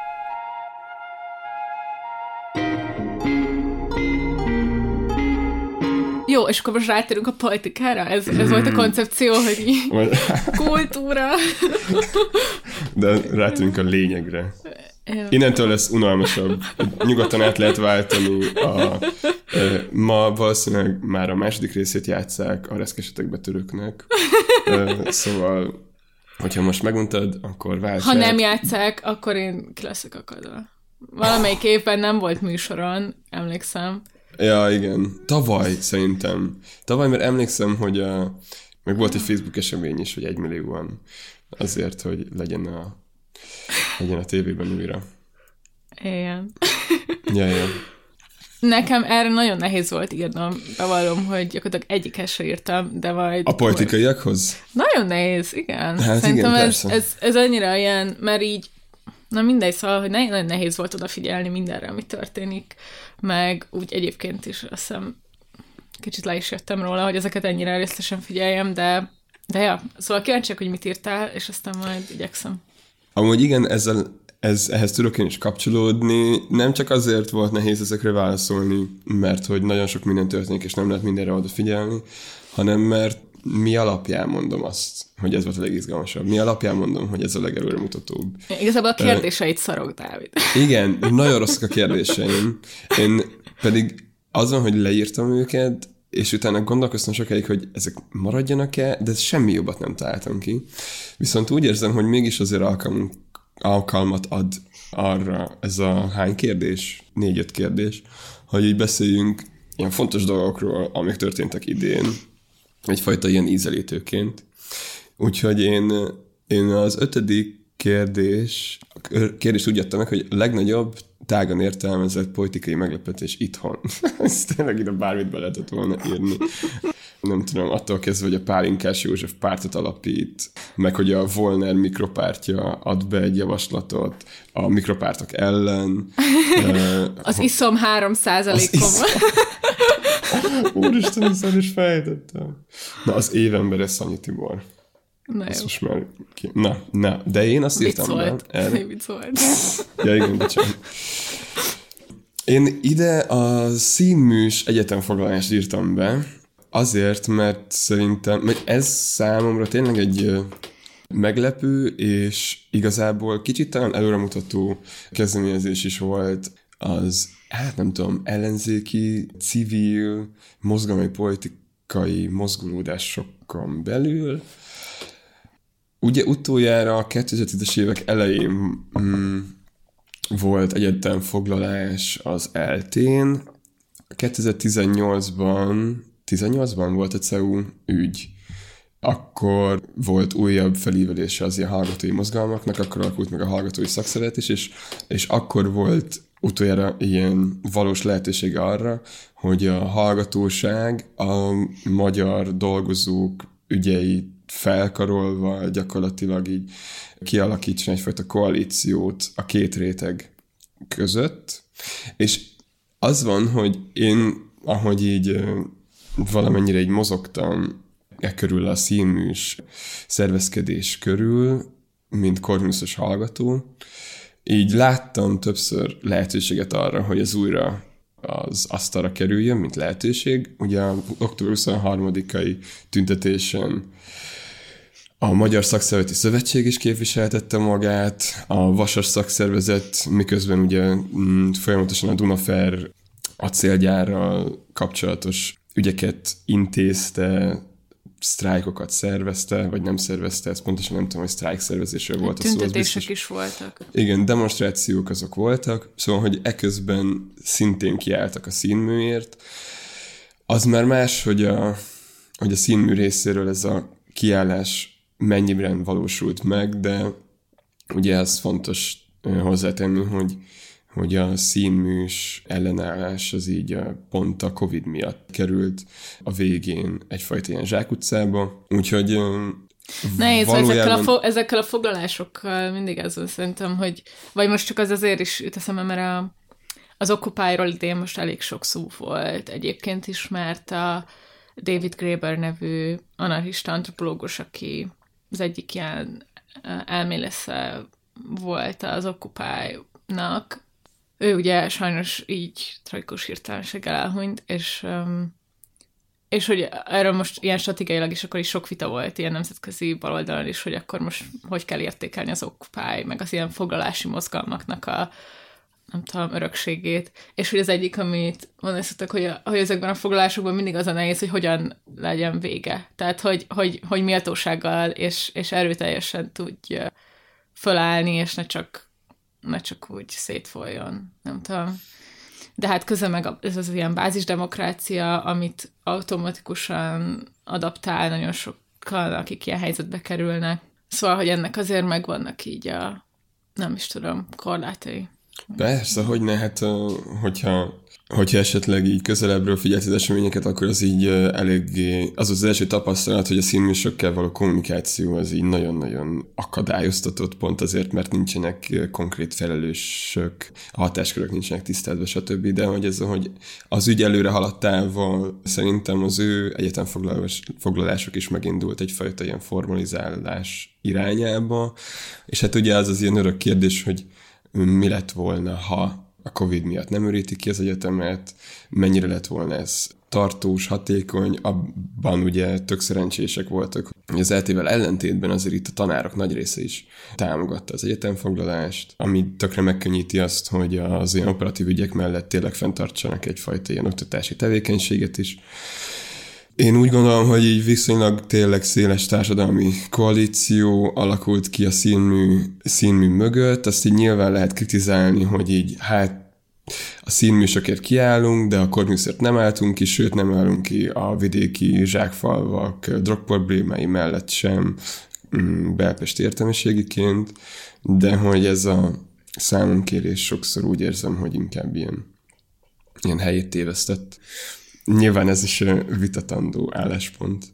Jó, és akkor most rátérünk a politikára? Ez, ez volt a koncepció, hogy kultúra. De rátérünk a lényegre. Innentől lesz unalmasabb. Nyugodtan át lehet váltani. A, e, ma valószínűleg már a második részét játsszák a reszkesetekbe töröknek. E, szóval, hogyha most meguntad, akkor váltsák. Ha nem játsszák, akkor én ki leszek akadva. Valamelyik évben nem volt műsoron, emlékszem. Ja, igen. Tavaly szerintem. Tavaly, mert emlékszem, hogy a, meg volt egy Facebook esemény is, hogy egy millióan azért, hogy legyen a, legyen a tévében újra. Igen. Ja, ja. Nekem erre nagyon nehéz volt írnom. Bevallom, hogy gyakorlatilag egyikhez se írtam, de majd... A politikaiakhoz? Nagyon nehéz, igen. Hát Szerintem igen, ez, ez, ez annyira ilyen, mert így na mindegy, szóval, hogy nagyon nehéz volt odafigyelni mindenre, ami történik, meg úgy egyébként is azt hiszem kicsit le is jöttem róla, hogy ezeket ennyire részletesen figyeljem, de, de ja, szóval kíváncsiak, hogy mit írtál, és aztán majd igyekszem. Amúgy igen, ezzel, ez, ehhez tudok én is kapcsolódni, nem csak azért volt nehéz ezekre válaszolni, mert hogy nagyon sok minden történik, és nem lehet mindenre odafigyelni, hanem mert mi alapján mondom azt, hogy ez volt a legizgalmasabb. Mi alapján mondom, hogy ez a legelőremutatóbb. Igazából a kérdéseit uh, szarok, Dávid. Igen, nagyon rosszak a kérdéseim. Én pedig azon, hogy leírtam őket, és utána gondolkoztam sokáig, hogy ezek maradjanak-e, de semmi jobbat nem találtam ki. Viszont úgy érzem, hogy mégis azért alkalmunk, alkalmat ad arra ez a hány kérdés, négy-öt kérdés, hogy így beszéljünk ilyen fontos dolgokról, amik történtek idén, egyfajta ilyen ízelítőként. Úgyhogy én, én az ötödik kérdés, kérdést úgy adtam meg, hogy a legnagyobb tágan értelmezett politikai meglepetés itthon. Ezt tényleg ide bármit be lehetett volna írni. Nem tudom, attól kezdve, hogy a Pálinkás József pártot alapít, meg hogy a Volner mikropártja ad be egy javaslatot a mikropártok ellen. Az iszom három százalékom. Úristen, hiszen is fejtettem. Na, az évember Szanyi Tibor. Na jó. Most már ki... Na, na, de én azt írtam be. Erre. Vicc volt. Ja, igen, bocsánat. Én ide a színműs egyetemfoglalást írtam be, azért, mert szerintem, mert ez számomra tényleg egy meglepő, és igazából kicsit talán előremutató kezdeményezés is volt az, hát nem tudom, ellenzéki, civil, mozgalmi politikai mozgolódásokon belül. Ugye utoljára a kétezer-tízes évek elején mm, volt egyetemfoglalás az eltén. kétezer-tizennyolcban tizennyolcban volt a cé e u ügy. Akkor volt újabb felívelése az ilyen hallgatói mozgalmaknak, akkor alakult meg a hallgatói szakszervezet is, és, és akkor volt utoljára ilyen valós lehetősége arra, hogy a hallgatóság a magyar dolgozók ügyeit felkarolva gyakorlatilag így kialakítson egyfajta koalíciót a két réteg között. És az van, hogy én, ahogy így valamennyire így mozogtam e körül a színműs szervezkedés körül, mint Corvinusos hallgató, így láttam többször lehetőséget arra, hogy ez újra az asztalra kerüljön, mint lehetőség. Ugye a október huszonharmadikai tüntetésen a Magyar Szakszervezeti Szövetség is képviseltette magát, a Vasas szakszervezet, miközben ugye m, folyamatosan a Dunafer acélgyárral kapcsolatos ügyeket intézte, sztrájkokat szervezte, vagy nem szervezte, ezt pontosan nem tudom, hogy sztrájk szervezésről volt a szó. Tüntetések is voltak. Igen, demonstrációk azok voltak, szóval, hogy eközben szintén kiálltak a színműért. Az már más, hogy a, hogy a színmű részéről ez a kiállás mennyiben valósult meg, de ugye ez fontos hozzátenni, hogy, hogy a színműs ellenállás az így a, pont a Covid miatt került a végén egyfajta ilyen zsákutcába. Úgyhogy nehéz, valójában... ezekkel, a fo- ezekkel a foglalásokkal mindig az van szerintem, hogy vagy most csak az azért is jut eszembe, mert a, az Occupy-ról idén most elég sok szó volt egyébként is, mert a David Graeber nevű anarchista antropológus, aki az egyik ilyen elmélesze volt az Occupy-nak, ő ugye sajnos így tragikus hirtelenséggel elhunyt, és, um, és hogy erről most ilyen stratégiailag is akkor is sok vita volt ilyen nemzetközi baloldalon is, hogy akkor most hogy kell értékelni az Occupy, meg az ilyen foglalási mozgalmaknak a nem tudom, örökségét. És hogy az egyik, amit mondatok, hogy, a, hogy ezekben a foglalásokban mindig az a nehéz, hogy hogyan legyen vége. Tehát, hogy, hogy, hogy méltósággal és, és erőteljesen tudj fölállni, és ne csak, ne csak úgy szétfoljon. Nem tudom. De hát közben meg ez az ilyen bázisdemokrácia, amit automatikusan adaptál nagyon sokan, akik ilyen helyzetbe kerülnek. Szóval, hogy ennek azért megvannak így a, nem is tudom, korlátai. Persze, hogy ne, hát hogyha, hogyha esetleg így közelebbről figyelsz az eseményeket, akkor az így eléggé, az az első tapasztalat, hogy a színműsökkel való kommunikáció az így nagyon-nagyon akadályoztatott, pont azért, mert nincsenek konkrét felelősök, a hatáskörök nincsenek tisztázva, stb. De hogy ez, hogy az ügy előre haladtával szerintem az ő egyetemfoglalások is megindult egyfajta ilyen formalizálás irányába, és hát ugye az az ilyen örök kérdés, hogy mi lett volna, ha a Covid miatt nem ürítik ki az egyetemet, mennyire lett volna ez tartós, hatékony, abban ugye tök szerencsések voltak, hogy az é té-vel ellentétben azért itt a tanárok nagy része is támogatta az egyetemfoglalást, ami tökre megkönnyíti azt, hogy az ilyen operatív ügyek mellett tényleg fenntartsanak egyfajta ilyen oktatási tevékenységet is. Én úgy gondolom, hogy így viszonylag tényleg széles társadalmi koalíció alakult ki a színmű, színmű mögött, azt így nyilván lehet kritizálni, hogy így hát a színműsökért kiállunk, de a Corvinusért nem álltunk ki, sőt nem állunk ki a vidéki zsákfalvak drogproblémái mellett sem belpesti értelmiségiként, de hogy ez a számonkérés sokszor úgy érzem, hogy inkább ilyen, ilyen helyét tévesztett. Nyilván ez is vitatandó álláspont.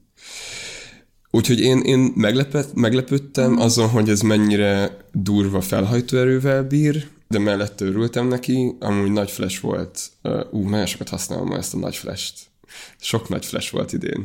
Úgyhogy én, én meglepett, meglepődtem azon, hogy ez mennyire durva felhajtóerővel bír, de mellett örültem neki, amúgy nagy flash volt. Ú, nagyon sokat használom ma ezt a nagy flash-t. Sok nagy flash volt idén.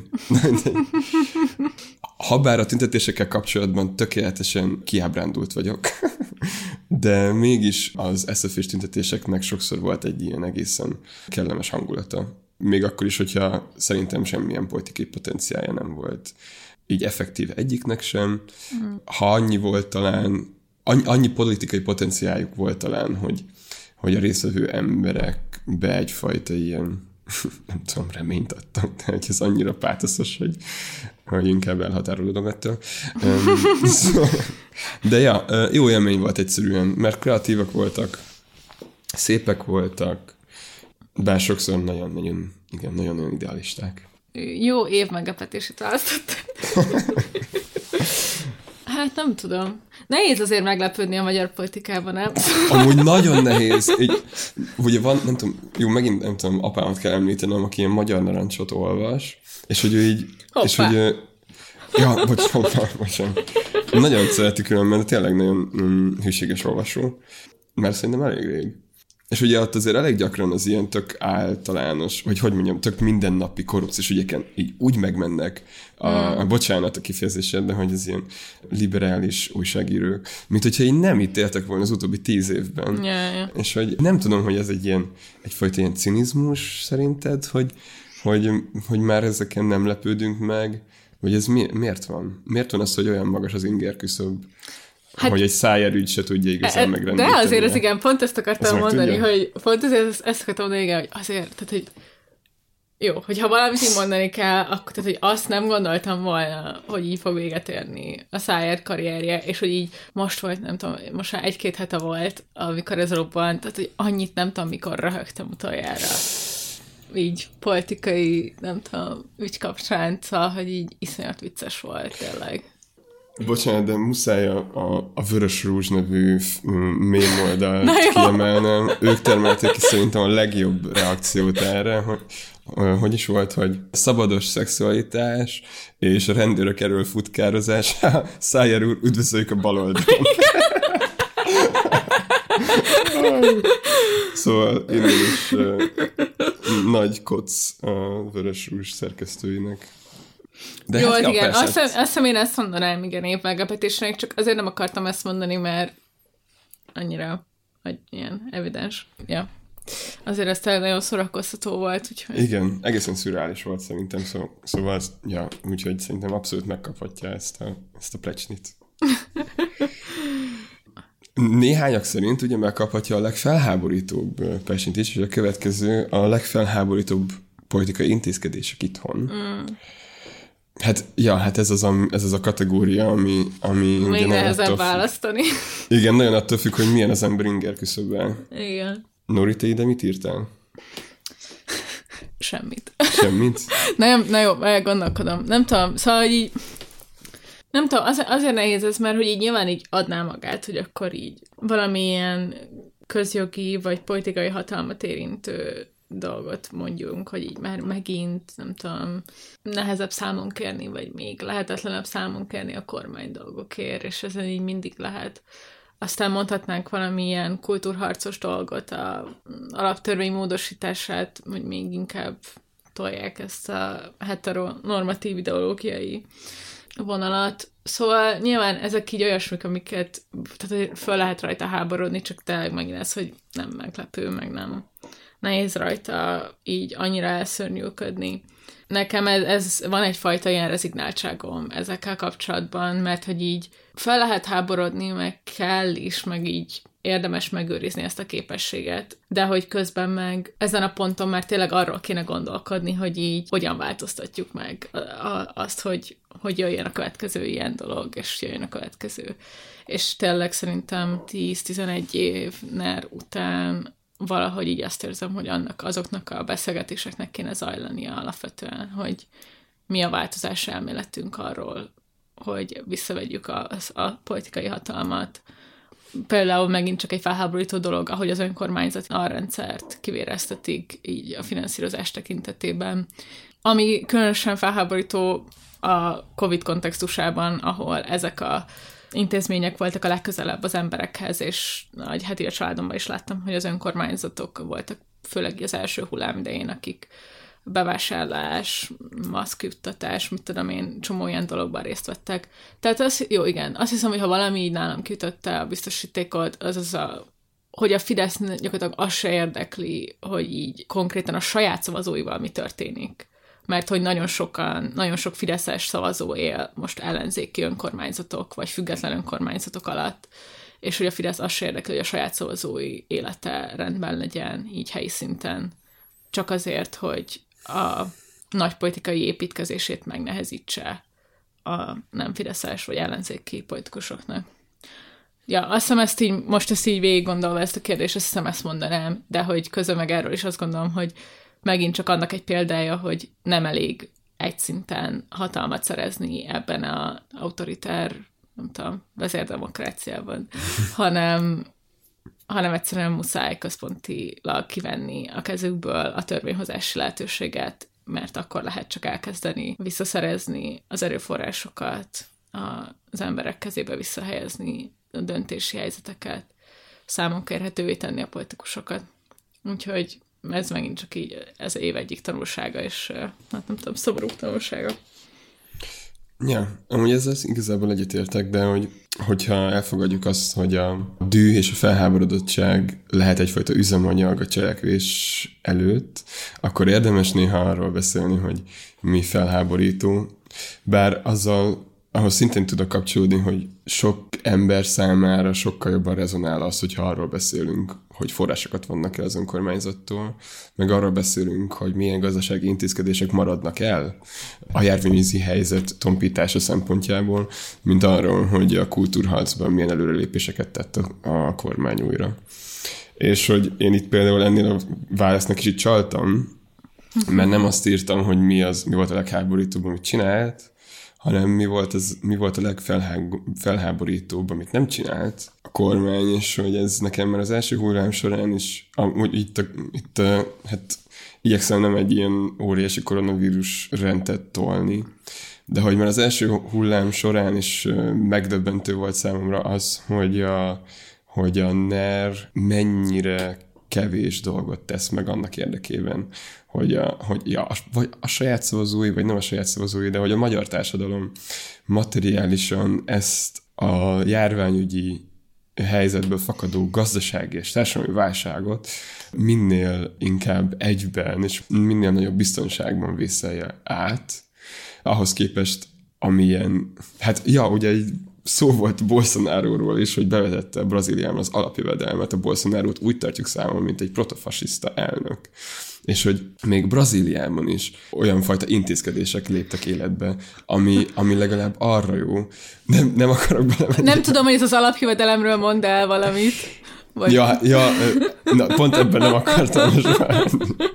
Habár a tüntetésekkel kapcsolatban tökéletesen kiábrándult vagyok, de mégis az es ef és tüntetéseknek sokszor volt egy ilyen egészen kellemes hangulata. Még akkor is, hogyha szerintem semmilyen politikai potenciálja nem volt így effektív egyiknek sem. Ha annyi volt talán, annyi, annyi politikai potenciáljuk volt talán, hogy, hogy a résztvevő emberekbe egyfajta ilyen, nem tudom, reményt adtam, de hogy ez annyira pátoszos, hogy, hogy inkább elhatárolódom ettől. De ja, jó élmény volt egyszerűen, mert kreatívak voltak, szépek voltak, bár sokszor nagyon-nagyon, igen, nagyon-nagyon idealisták. Jó év meglepetését választottam. Hát nem tudom. Nehéz azért meglepődni a magyar politikában, nem? Amúgy nagyon nehéz. Így, ugye van, nem tudom, jó, megint nem tudom, apámat kell említenem, aki ilyen Magyar Narancsot olvas, és hogy ő így... Hoppá. És hogy, ja, bocsánat, bocsánat. Nagyon szereti különben, de tényleg nagyon mm, hűséges olvasó. Mert szerintem elég rég. És ugye ott azért elég gyakran az ilyen tök általános, vagy hogy mondjam, tök mindennapi korrupciós ügyeken így úgy megmennek a, a bocsánat a kifejezésed, de hogy az ilyen liberális újságírók, mint hogyha így nem itt éltek volna az utóbbi tíz évben. Yeah, yeah. És hogy nem tudom, hogy ez egy ilyen, egyfajta ilyen cinizmus szerinted, hogy, hogy, hogy már ezeken nem lepődünk meg, vagy ez mi, miért van? Miért van az, hogy olyan magas az inger küszöb? Hát, hogy egy szájárügy se tudja igazán e, megrendíteni. De azért az igen, pont ezt akartam ezt mondani, tudja? hogy pont azért ezt, ezt akartam mondani, igen, hogy azért, tehát, hogy jó, hogyha valamit így mondani kell, akkor tehát, hogy azt nem gondoltam volna, hogy így fog véget érni a Szájár karrierje, és hogy így most volt, nem tudom, most már egy-két hete volt, amikor ez robbant, tehát, hogy annyit nem tudom, mikor röhögtem utoljára. Így politikai, nem tudom, ügy kapcsán, szóval, hogy így iszonyat vicces volt, tényleg. Bocsánat, de muszáj a, a, a Vörös Rúzs nevű mém oldalt kiemelnem. Ők termelték ki szerintem a legjobb reakciót erre, hogy, hogy is volt, hogy szabados szexualitás és a rendőrök erről futkározás. Szájár úr, üdvözöljük a baloldalon. Szóval innen is uh, nagy koc a Vörös Rúzs szerkesztőinek. De jó, hát, ja, igen, persze. azt hiszem, azt hiszem én ezt mondanám, igen, épp meglepetésnek, csak azért nem akartam ezt mondani, mert annyira, hogy ilyen evidens. Ja. Azért ez tényleg nagyon szórakoztató volt, úgyhogy... Igen, egészen szürreális volt szerintem, szó, szóval az, ja, úgyhogy szerintem abszolút megkaphatja ezt a, ezt a plecsnit. Néhányak szerint ugye megkaphatja a legfelháborítóbb plecsnit is, és a következő a legfelháborítóbb politikai intézkedések itthon. Mm. Hát, ja, hát ez az a, ez az a kategória, ami... ami még nehezebb választani. Igen, nagyon attól függ, hogy milyen az ember inger küszöbben. Igen. Nori, te ide mit írtál? Semmit. Semmit? na, na jó, gondolkodom. Nem tudom, szóval így... Nem tudom, az, azért nehéz ez, mert hogy így nyilván így adná magát, hogy akkor így valamilyen közjogi vagy politikai hatalmat érintő dolgot mondjunk, hogy így már megint, nem tudom, nehezebb számon kérni, vagy még lehetetlenebb számon kérni a kormány dolgokért, és ezen így mindig lehet. Aztán mondhatnánk valamilyen kultúrharcos dolgot, a alaptörvény módosítását, hogy még inkább tolják ezt a heteronormatív ideológiai vonalat. Szóval nyilván ezek így olyasmik, amiket tehát föl lehet rajta háborodni, csak tényleg megint ez, hogy nem meglepő, meg nem nehéz rajta így annyira elszörnyűködni. Nekem ez, ez van egyfajta ilyen rezignáltságom ezekkel kapcsolatban, mert hogy így fel lehet háborodni, meg kell is, meg így érdemes megőrizni ezt a képességet, de hogy közben meg ezen a ponton már tényleg arról kéne gondolkodni, hogy így hogyan változtatjuk meg azt, hogy, hogy jöjjön a következő ilyen dolog, és jöjjön a következő. És tényleg szerintem tíz-tizenegy év ner után valahogy így azt érzem, hogy annak, azoknak a beszélgetéseknek kéne zajlania alapvetően, hogy mi a változás elméletünk arról, hogy visszavegyük a, a politikai hatalmat. Például megint csak egy felháborító dolog, ahogy az önkormányzat a rendszert kivéreztetik így a finanszírozás tekintetében. Ami különösen felháborító a Covid kontextusában, ahol ezek a intézmények voltak a legközelebb az emberekhez, és nagy heti a családomban is láttam, hogy az önkormányzatok voltak főleg az első hullám idején, akik bevásárlás, maszkjuttatás, mit tudom én, csomó ilyen dologban részt vettek. Tehát az, jó, igen, azt hiszem, hogy ha valami így nálam kiütötte a biztosítékot, az az a, hogy a Fidesz gyakorlatilag azt se érdekli, hogy így konkrétan a saját szavazóival mi történik. Mert hogy nagyon sokan, nagyon sok fideszes szavazó él most ellenzéki önkormányzatok, vagy független önkormányzatok alatt, és hogy a Fidesz azt se érdekli, hogy a saját szavazói élete rendben legyen, így helyi szinten. Csak azért, hogy a nagy politikai építkezését megnehezítse a nem fideszes vagy ellenzéki politikusoknak. Ja, azt hiszem ezt így, most ezt így végig gondolva ezt a kérdést, azt hiszem ezt mondanám, de hogy közben meg erről is azt gondolom, hogy megint csak annak egy példája, hogy nem elég egy szinten hatalmat szerezni ebben az autoritár, nem tudom, vezérdemokráciában, hanem, hanem egyszerűen muszáj központilag kivenni a kezükből a törvényhozási lehetőséget, mert akkor lehet csak elkezdeni visszaszerezni az erőforrásokat, az emberek kezébe visszahelyezni a döntési helyzeteket, számon kérhetővé tenni a politikusokat. Úgyhogy ez megint csak így ez év egyik tanulsága, és hát nem tudom, szomorú tanulsága. Ja, amúgy ezzel igazából egyetértek, de hogy, hogyha elfogadjuk azt, hogy a düh és a felháborodottság lehet egyfajta üzemanyag a cselekvés előtt, akkor érdemes néha arról beszélni, hogy mi felháborító, bár azzal, ahhoz szintén tudok kapcsolódni, hogy sok ember számára sokkal jobban rezonál az, hogyha arról beszélünk, hogy forrásokat vannak el az önkormányzattól, meg arról beszélünk, hogy milyen gazdasági intézkedések maradnak el a járványügyi helyzet tompítása szempontjából, mint arról, hogy a kultúrharcban milyen előrelépéseket tett a, a kormány újra. És hogy én itt például ennél a válasznak is itt csaltam, mert nem azt írtam, hogy mi, az, mi volt a legháborítóbb, amit csinált, hanem mi volt, az, mi volt a legfelháborítóbb, amit nem csinált a kormány, és hogy ez nekem már az első hullám során is, hogy itt, a, itt a, hát igyekszem nem egy ilyen óriási koronavírus rendet tolni, de hogy már az első hullám során is megdöbbentő volt számomra az, hogy a, hogy a en e er mennyire kevés dolgot tesz meg annak érdekében, hogy, a, hogy ja, vagy a saját szavazói, vagy nem a saját szavazói, de hogy a magyar társadalom materiálisan ezt a járványügyi helyzetből fakadó gazdasági és társadalmi válságot minél inkább egyben és minél nagyobb biztonságban vészelje át, ahhoz képest, amilyen, hát ja, ugye egy szó volt Bolsonaróról is, hogy bevezette Brazíliában az alapjövedelmet, a Bolsonarót úgy tartjuk számon, mint egy protofasiszta elnök. És hogy még Brazíliában is olyan fajta intézkedések léptek életbe, ami, ami legalább arra jó. Nem, nem akarok belemenni. Nem tudom, hogy ez az alapjövedelemről mond el valamit. Vagy... Ja, ja na, pont ebben nem akartam most már.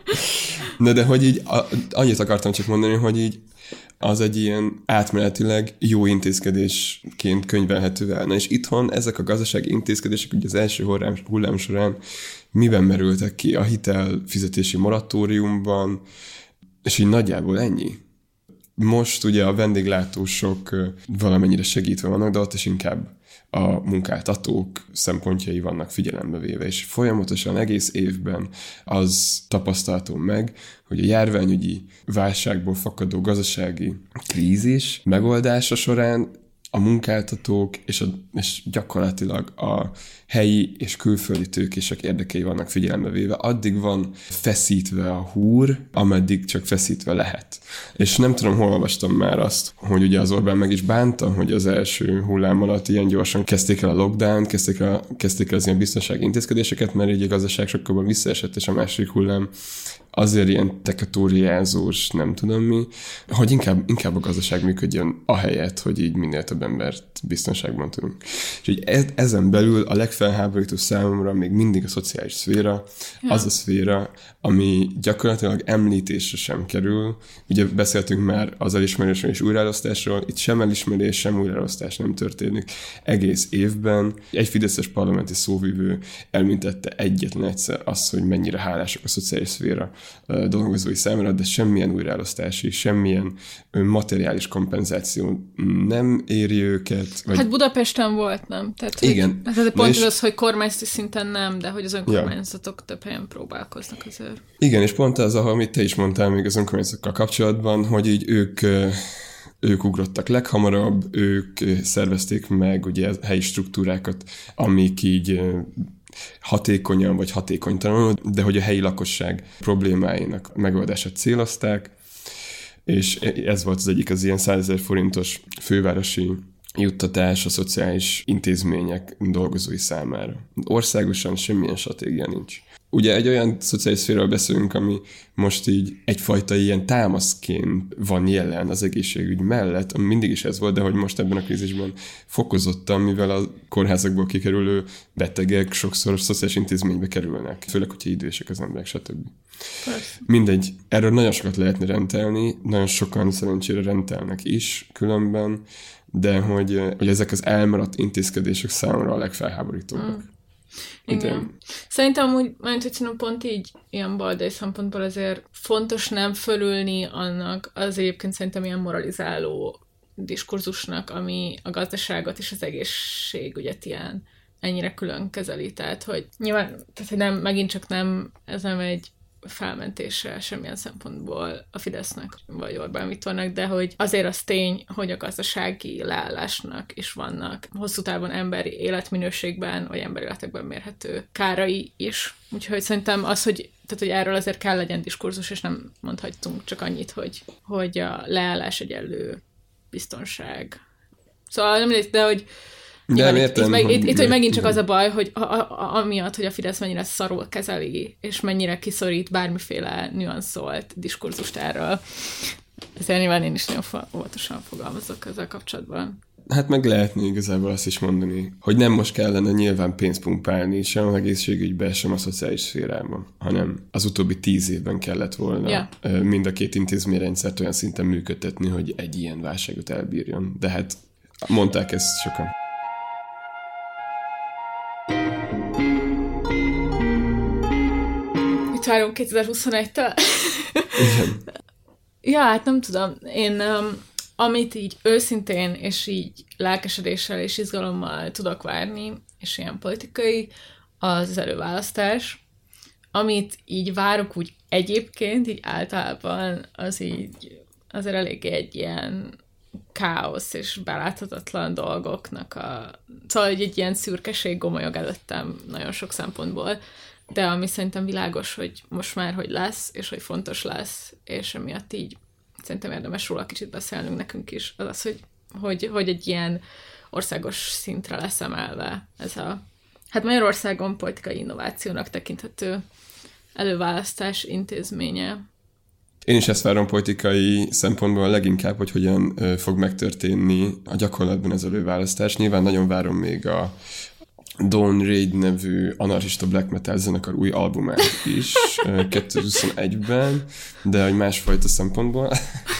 Na, de hogy így, a, annyit akartam csak mondani, hogy így az egy ilyen átmenetileg jó intézkedésként könyvelhető el. Na és itthon ezek a gazdasági intézkedések ugye az első hullám, hullám során miben merültek ki? A hitelfizetési moratóriumban, és így nagyjából ennyi. Most ugye a vendéglátósok valamennyire segítve vannak, de ott is inkább a munkáltatók szempontjai vannak figyelembe véve, és folyamatosan egész évben az tapasztalható meg, hogy a járványügyi válságból fakadó gazdasági krízis megoldása során a munkáltatók és, a, és gyakorlatilag a helyi és külföldi tőkések érdekei vannak figyelembe véve. Addig van feszítve a húr, ameddig csak feszítve lehet. És nem tudom, hol olvastam már azt, hogy ugye az Orbán meg is bánta, hogy az első hullám alatt ilyen gyorsan kezdték el a lockdown, kezdték el, kezdték el az ilyen biztonsági intézkedéseket, mert így a gazdaság sokkal visszaesett, és a második hullám azért ilyen tekatóriázós, nem tudom mi, hogy inkább, inkább a gazdaság működjön ahelyett, hogy így minél több embert biztonságban tudunk. És így ez, ezen belül a legfelháborító számomra még mindig a szociális szféra, ja. Az a szféra, ami gyakorlatilag említésre sem kerül. Ugye beszéltünk már az elismerésről és újraelosztásról, itt sem elismerés, sem újraelosztás nem történik egész évben. Egy fideszes parlamenti szóvivő elmintette egyetlen egyszer azt, hogy mennyire hálásak a szociális szféra dolgozói számára, de semmilyen újraelosztási, semmilyen materiális kompenzáció nem éri őket. Vagy... Hát Budapesten volt, nem? Tehát, igen. Hogy, hát pont és... az, hogy kormányzati szinten nem, de hogy az önkormányzatok ja. több helyen próbálkoznak azért. Igen, és pont az, amit te is mondtál még az önkormányzatokkal kapcsolatban, hogy így ők ők ugrottak leghamarabb, ők szervezték meg ugye a helyi struktúrákat, amik így hatékonyan vagy hatékonytalanul, de hogy a helyi lakosság problémáinak megoldását célozták, és ez volt az egyik az ilyen százezer forintos fővárosi juttatás a szociális intézmények dolgozói számára. Országosan semmilyen stratégia nincs. Ugye egy olyan szociális szféráról beszélünk, ami most így egyfajta ilyen támaszként van jelen az egészségügy mellett, ami mindig is ez volt, de hogy most ebben a krízisben fokozottan, mivel a kórházakból kikerülő betegek sokszor szociális intézménybe kerülnek, főleg, hogyha idősek az emberek, stb. Persze. Mindegy, erről nagyon sokat lehetne rendelni, nagyon sokan szerencsére rendelnek is különben, de hogy, hogy ezek az elmaradt intézkedések számomra a legfelháborítóbbak. Mm. Igen. Szerintem úgy, mert hogy szerintem pont így ilyen baldai szempontból azért fontos nem fölülni annak az egyébként szerintem ilyen moralizáló diskurzusnak, ami a gazdaságot és az egészségügyet ilyen ennyire külön kezeli. Tehát, hogy nyilván, tehát, hogy nem, megint csak nem, ez nem egy felmentése semmilyen szempontból a Fidesznek, vagy Orbán Viktornak, de hogy azért az tény, hogy a gazdasági leállásnak is vannak hosszú távon emberi életminőségben, vagy emberéletekben mérhető kárai is. Úgyhogy szerintem az, hogy, tehát, hogy erről azért kell legyen diskurzus, és nem mondhatunk csak annyit, hogy, hogy a leállás egyenlő biztonság. Szóval nem mindegy, de hogy De itt, értem, itt, meg, hogy itt, itt hogy megint csak igen. az a baj, hogy a, a, amiatt, hogy a Fidesz mennyire szarul kezeli, és mennyire kiszorít bármiféle nüanszolt diskurzust erről. Ezért nyilván én is nagyon óvatosan fogalmazok ezzel kapcsolatban. Hát meg lehetne igazából azt is mondani, hogy nem most kellene nyilván pénzt pumpálni sem az egészségügybe, sem a szociális szférában, hanem az utóbbi tíz évben kellett volna yeah. mind a két intézményrendszert olyan szinten működtetni, hogy egy ilyen válságot elbírjon. De hát mondták ezt sokan. Mit várunk kétezer-huszonegytől? Ja, hát nem tudom. Én um, amit így őszintén és így lelkesedéssel és izgalommal tudok várni, és ilyen politikai, az az előválasztás. Amit így várok úgy egyébként, így általában az így azért eléggé egy ilyen káosz és beláthatatlan dolgoknak a... Szóval egy ilyen szürkeség gomolyog előttem nagyon sok szempontból, de ami szerintem világos, hogy most már hogy lesz, és hogy fontos lesz, és emiatt így szerintem érdemes róla kicsit beszélnünk nekünk is, az az, hogy, hogy, hogy egy ilyen országos szintre lesz emelve ez a... Hát Magyarországon politikai innovációnak tekinthető előválasztás intézménye. Én is ezt várom politikai szempontból leginkább, hogy hogyan ö, fog megtörténni a gyakorlatban ez előválasztás. Nyilván nagyon várom még a Dawn Raid nevű anarchista black metal zenekar új albumát is kétezer-huszonegyben, de egy másfajta szempontból.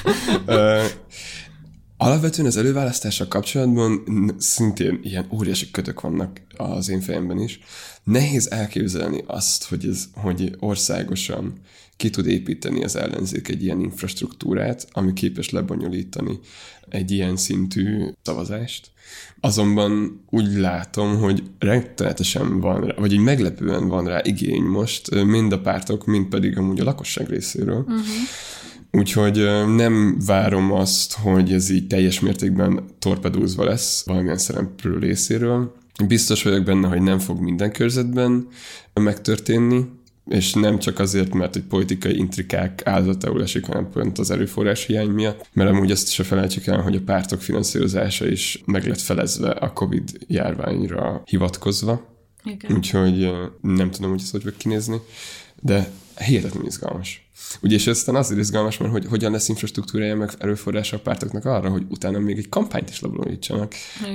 Alapvetően az előválasztással kapcsolatban szintén ilyen óriási kötök vannak az én fejemben is. Nehéz elképzelni azt, hogy, ez, hogy országosan ki tud építeni az ellenzék egy ilyen infrastruktúrát, ami képes lebonyolítani egy ilyen szintű szavazást. Azonban úgy látom, hogy rettenetesen van rá, vagy így meglepően van rá igény most, mind a pártok, mind pedig amúgy a lakosság részéről. Uh-huh. Úgyhogy nem várom azt, hogy ez így teljes mértékben torpedózva lesz valamilyen szereplő részéről. Biztos vagyok benne, hogy nem fog minden körzetben megtörténni, és nem csak azért, mert egy politikai intrikák áldozatául esik, hanem pont az erőforrás hiány miatt, mert amúgy azt se felejtsük el, hogy a pártok finanszírozása is meg lett felezve a Covid járványra hivatkozva. Igen. Úgyhogy nem tudom, hogy ez hogy fog kinézni, de hihetetlenül izgalmas. Ugye, és aztán azért izgalmas, mert hogy hogyan lesz infrastruktúrája meg erőforrása a pártoknak arra, hogy utána még egy kampányt is lebonyolítsanak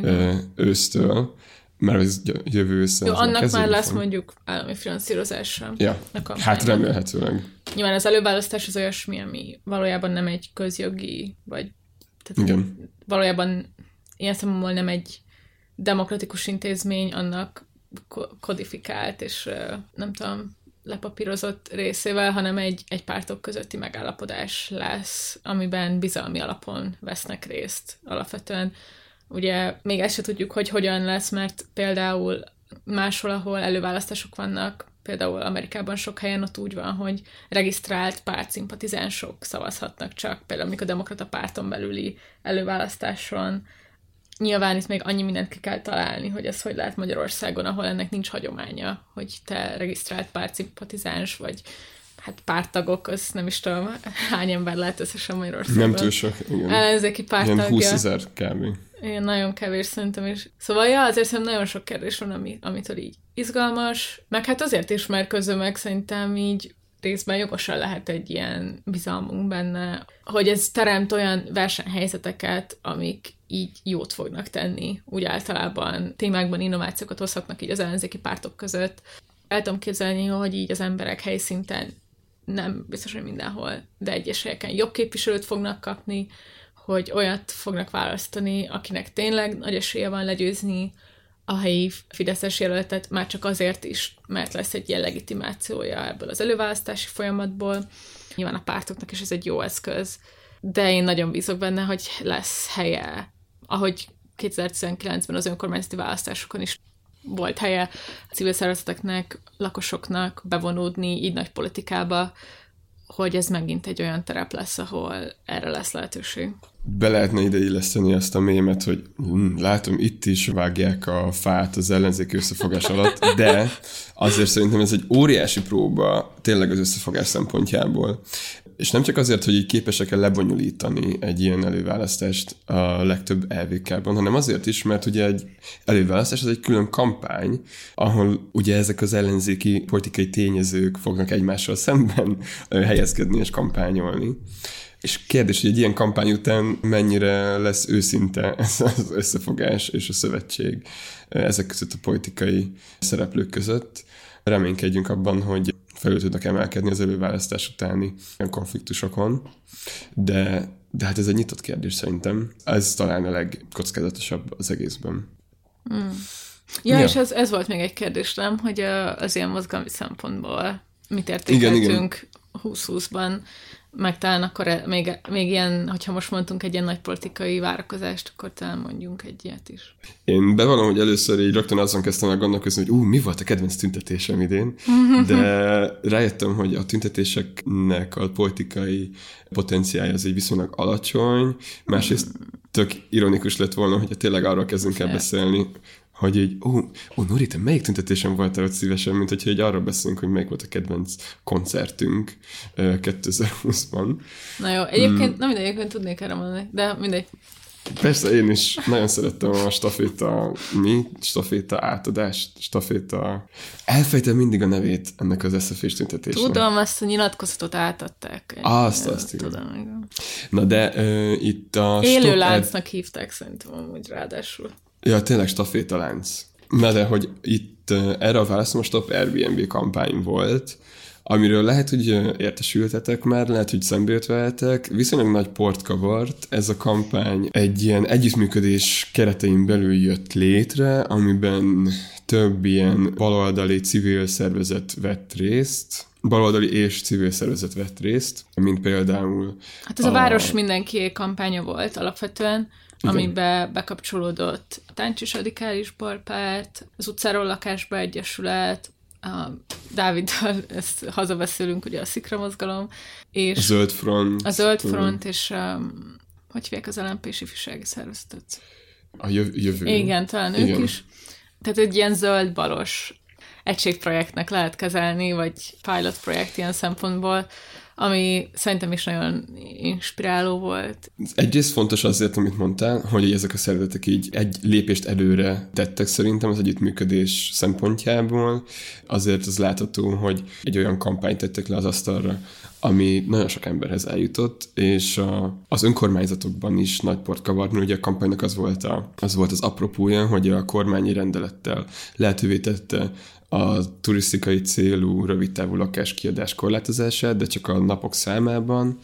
ősztől, mert ez jövő össze. Jó, annak már lesz fog. Mondjuk állami finanszírozása. Ja, hát remélhetőleg. Nyilván az előválasztás az olyasmi, ami valójában nem egy közjogi, vagy tehát igen. Valójában ilyen szempontból nem egy demokratikus intézmény, annak kodifikált és nem tudom, lepapírozott részével, hanem egy, egy pártok közötti megállapodás lesz, amiben bizalmi alapon vesznek részt alapvetően. Ugye még ezt se tudjuk, hogy hogyan lesz, mert például máshol, ahol előválasztások vannak, például Amerikában sok helyen ott úgy van, hogy regisztrált pártszimpatizánsok szavazhatnak csak, például amikor a demokrata párton belüli előválasztáson. Nyilván itt még annyi mindent ki kell találni, hogy ez hogy lehet Magyarországon, ahol ennek nincs hagyománya, hogy te regisztrált pártszimpatizáns vagy hát párttagok, az nem is tudom, hány ember lehet összesen Magyarországon. Nem túl sok, igen. Ellenzéki párttagja. Ilyen húszezer kb. Igen, nagyon kevés szerintem is. Szóval ja, azért szerintem nagyon sok kérdés van, ami, amitől így izgalmas, meg hát azért is, mert közül meg szerintem így részben jogosan lehet egy ilyen bizalmunk benne, hogy ez teremt olyan versenyhelyzeteket, amik így jót fognak tenni, úgy általában témákban innovációkat hozhatnak így az ellenzéki pártok között. El tudom képzelni, hogy így az emberek helyszinten nem biztos, hogy mindenhol, de egyes helyeken jobb képviselőt fognak kapni, hogy olyat fognak választani, akinek tényleg nagy esélye van legyőzni a helyi fideszes jelöltet, már csak azért is, mert lesz egy ilyen legitimációja ebből az előválasztási folyamatból. Nyilván a pártoknak is ez egy jó eszköz, de én nagyon bízok benne, hogy lesz helye, ahogy kétezer-tizenkilencben az önkormányzati választásokon is volt helye a civil szervezeteknek, lakosoknak bevonódni így nagy politikába, hogy ez megint egy olyan terep lesz, ahol erre lesz lehetőség. Be lehetne ide illeszteni azt a mémet, hogy hm, látom, itt is vágják a fát az ellenzéki összefogás alatt, de azért szerintem ez egy óriási próba tényleg az összefogás szempontjából. És nem csak azért, hogy így képesek-e lebonyolítani egy ilyen előválasztást a legtöbb é vé ká-ban, hanem azért is, mert ugye egy előválasztás az egy külön kampány, ahol ugye ezek az ellenzéki politikai tényezők fognak egymással szemben helyezkedni és kampányolni. És kérdés, hogy egy ilyen kampány után mennyire lesz őszinte ez az összefogás és a szövetség ezek között a politikai szereplők között. Reménykedjünk abban, hogy felül tudnak emelkedni az előválasztás utáni konfliktusokon, de, de hát ez egy nyitott kérdés szerintem. Ez talán a legkockázatosabb az egészben. Mm. Ja, ja, és ez, ez volt még egy kérdés, nem? Hogy az ilyen mozgalmi szempontból mit értékeltünk húsz-húszban, meg talán akkor még, még ilyen, hogyha most mondtunk egy ilyen nagy politikai várakozást, akkor talán mondjunk egy ilyet is. Én bevallom, hogy először így rögtön azon kezdtem el gondolkozni, hogy ú, mi volt a kedvenc tüntetésem idén, de rájöttem, hogy a tüntetéseknek a politikai potenciálja az egy viszonylag alacsony, másrészt tök ironikus lett volna, hogyha tényleg arról kezdünk el beszélni, hogy így, ó, ó, Nuri, te melyik tüntetésen voltál ott szívesen, mint hogyha így arról beszélünk, hogy melyik volt a kedvenc koncertünk kétezer-húszban. Na jó, egyébként, mm. nem mindegy, egyébként tudnék erre mondani, de mindegy. Persze, én is nagyon szerettem a staféta, mi? Staféta átadást, staféta... Elfejtem mindig a nevét ennek az es ef es tüntetésnek. Tudom, azt a nyilatkozatot átadták. Azt, azt, igen. Tudom, igen. Na de uh, itt a... Élő láncnak ed... hívták szerintem amúgy ráadásul. Ja, tényleg stafétalánc. Na de, hogy itt uh, erre a válaszom a Stop Airbnb kampány volt, amiről lehet, hogy értesültetek már, lehet, hogy szembe jött veletek. Viszonylag nagy port kavart. Ez a kampány egy ilyen együttműködés keretein belül jött létre, amiben több ilyen baloldali civil szervezet vett részt, baloldali és civil szervezet vett részt, mint például... Hát ez a, a Város Mindenkié kampánya volt alapvetően, igen. Amiben bekapcsolódott a Táncsis Radikális Balpárt, az Utcáról Lakásba Egyesület, a Dáviddal, ezt hazabeszélünk, ugye a Szikra mozgalom, és a Zöld Front. A Zöld Front, és a, hogy hívják az el em pés ifjúsági szervezetet? A jövő. Igen, talán ők Igen. is. Tehát egy ilyen zöld-balos egységprojektnek lehet kezelni, vagy pilot projekt ilyen szempontból, ami szerintem is nagyon inspiráló volt. Egyrészt fontos azért, amit mondtál, hogy ezek a szervezetek így egy lépést előre tettek szerintem az együttműködés szempontjából. Azért az látható, hogy egy olyan kampányt tettek le az asztalra, ami nagyon sok emberhez eljutott, és a, az önkormányzatokban is nagy port kavart, mert ugye a kampánynak az volt, a, az volt az apropója, hogy a kormányi rendelettel lehetővé tette a turisztikai célú, rövidtávú lakáskiadás korlátozását, de csak a napok számában,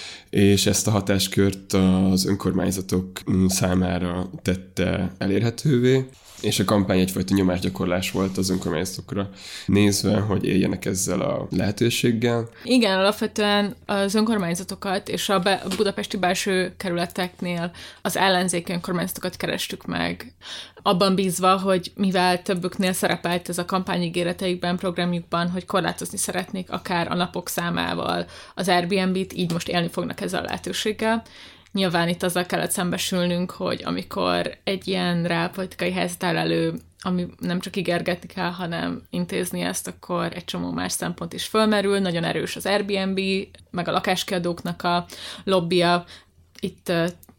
és ezt a hatáskört az önkormányzatok számára tette elérhetővé, és a kampány egyfajta nyomásgyakorlás volt az önkormányzatokra nézve, hogy éljenek ezzel a lehetőséggel. Igen, alapvetően az önkormányzatokat és a, be, a budapesti belső kerületeknél az ellenzéki önkormányzatokat kerestük meg, abban bízva, hogy mivel többüknél szerepelt ez a kampányígéreteikben, programjukban, hogy korlátozni szeretnék akár a napok számával az Airbnb-t, így most élni fognak ezzel a lehetőséggel. Nyilván itt azzal kellett szembesülnünk, hogy amikor egy ilyen reálpolitikai helyzet áll elő, ami nem csak ígérgetni kell, hanem intézni ezt, akkor egy csomó más szempont is fölmerül. Nagyon erős az Airbnb, meg a lakáskiadóknak a lobbija. Itt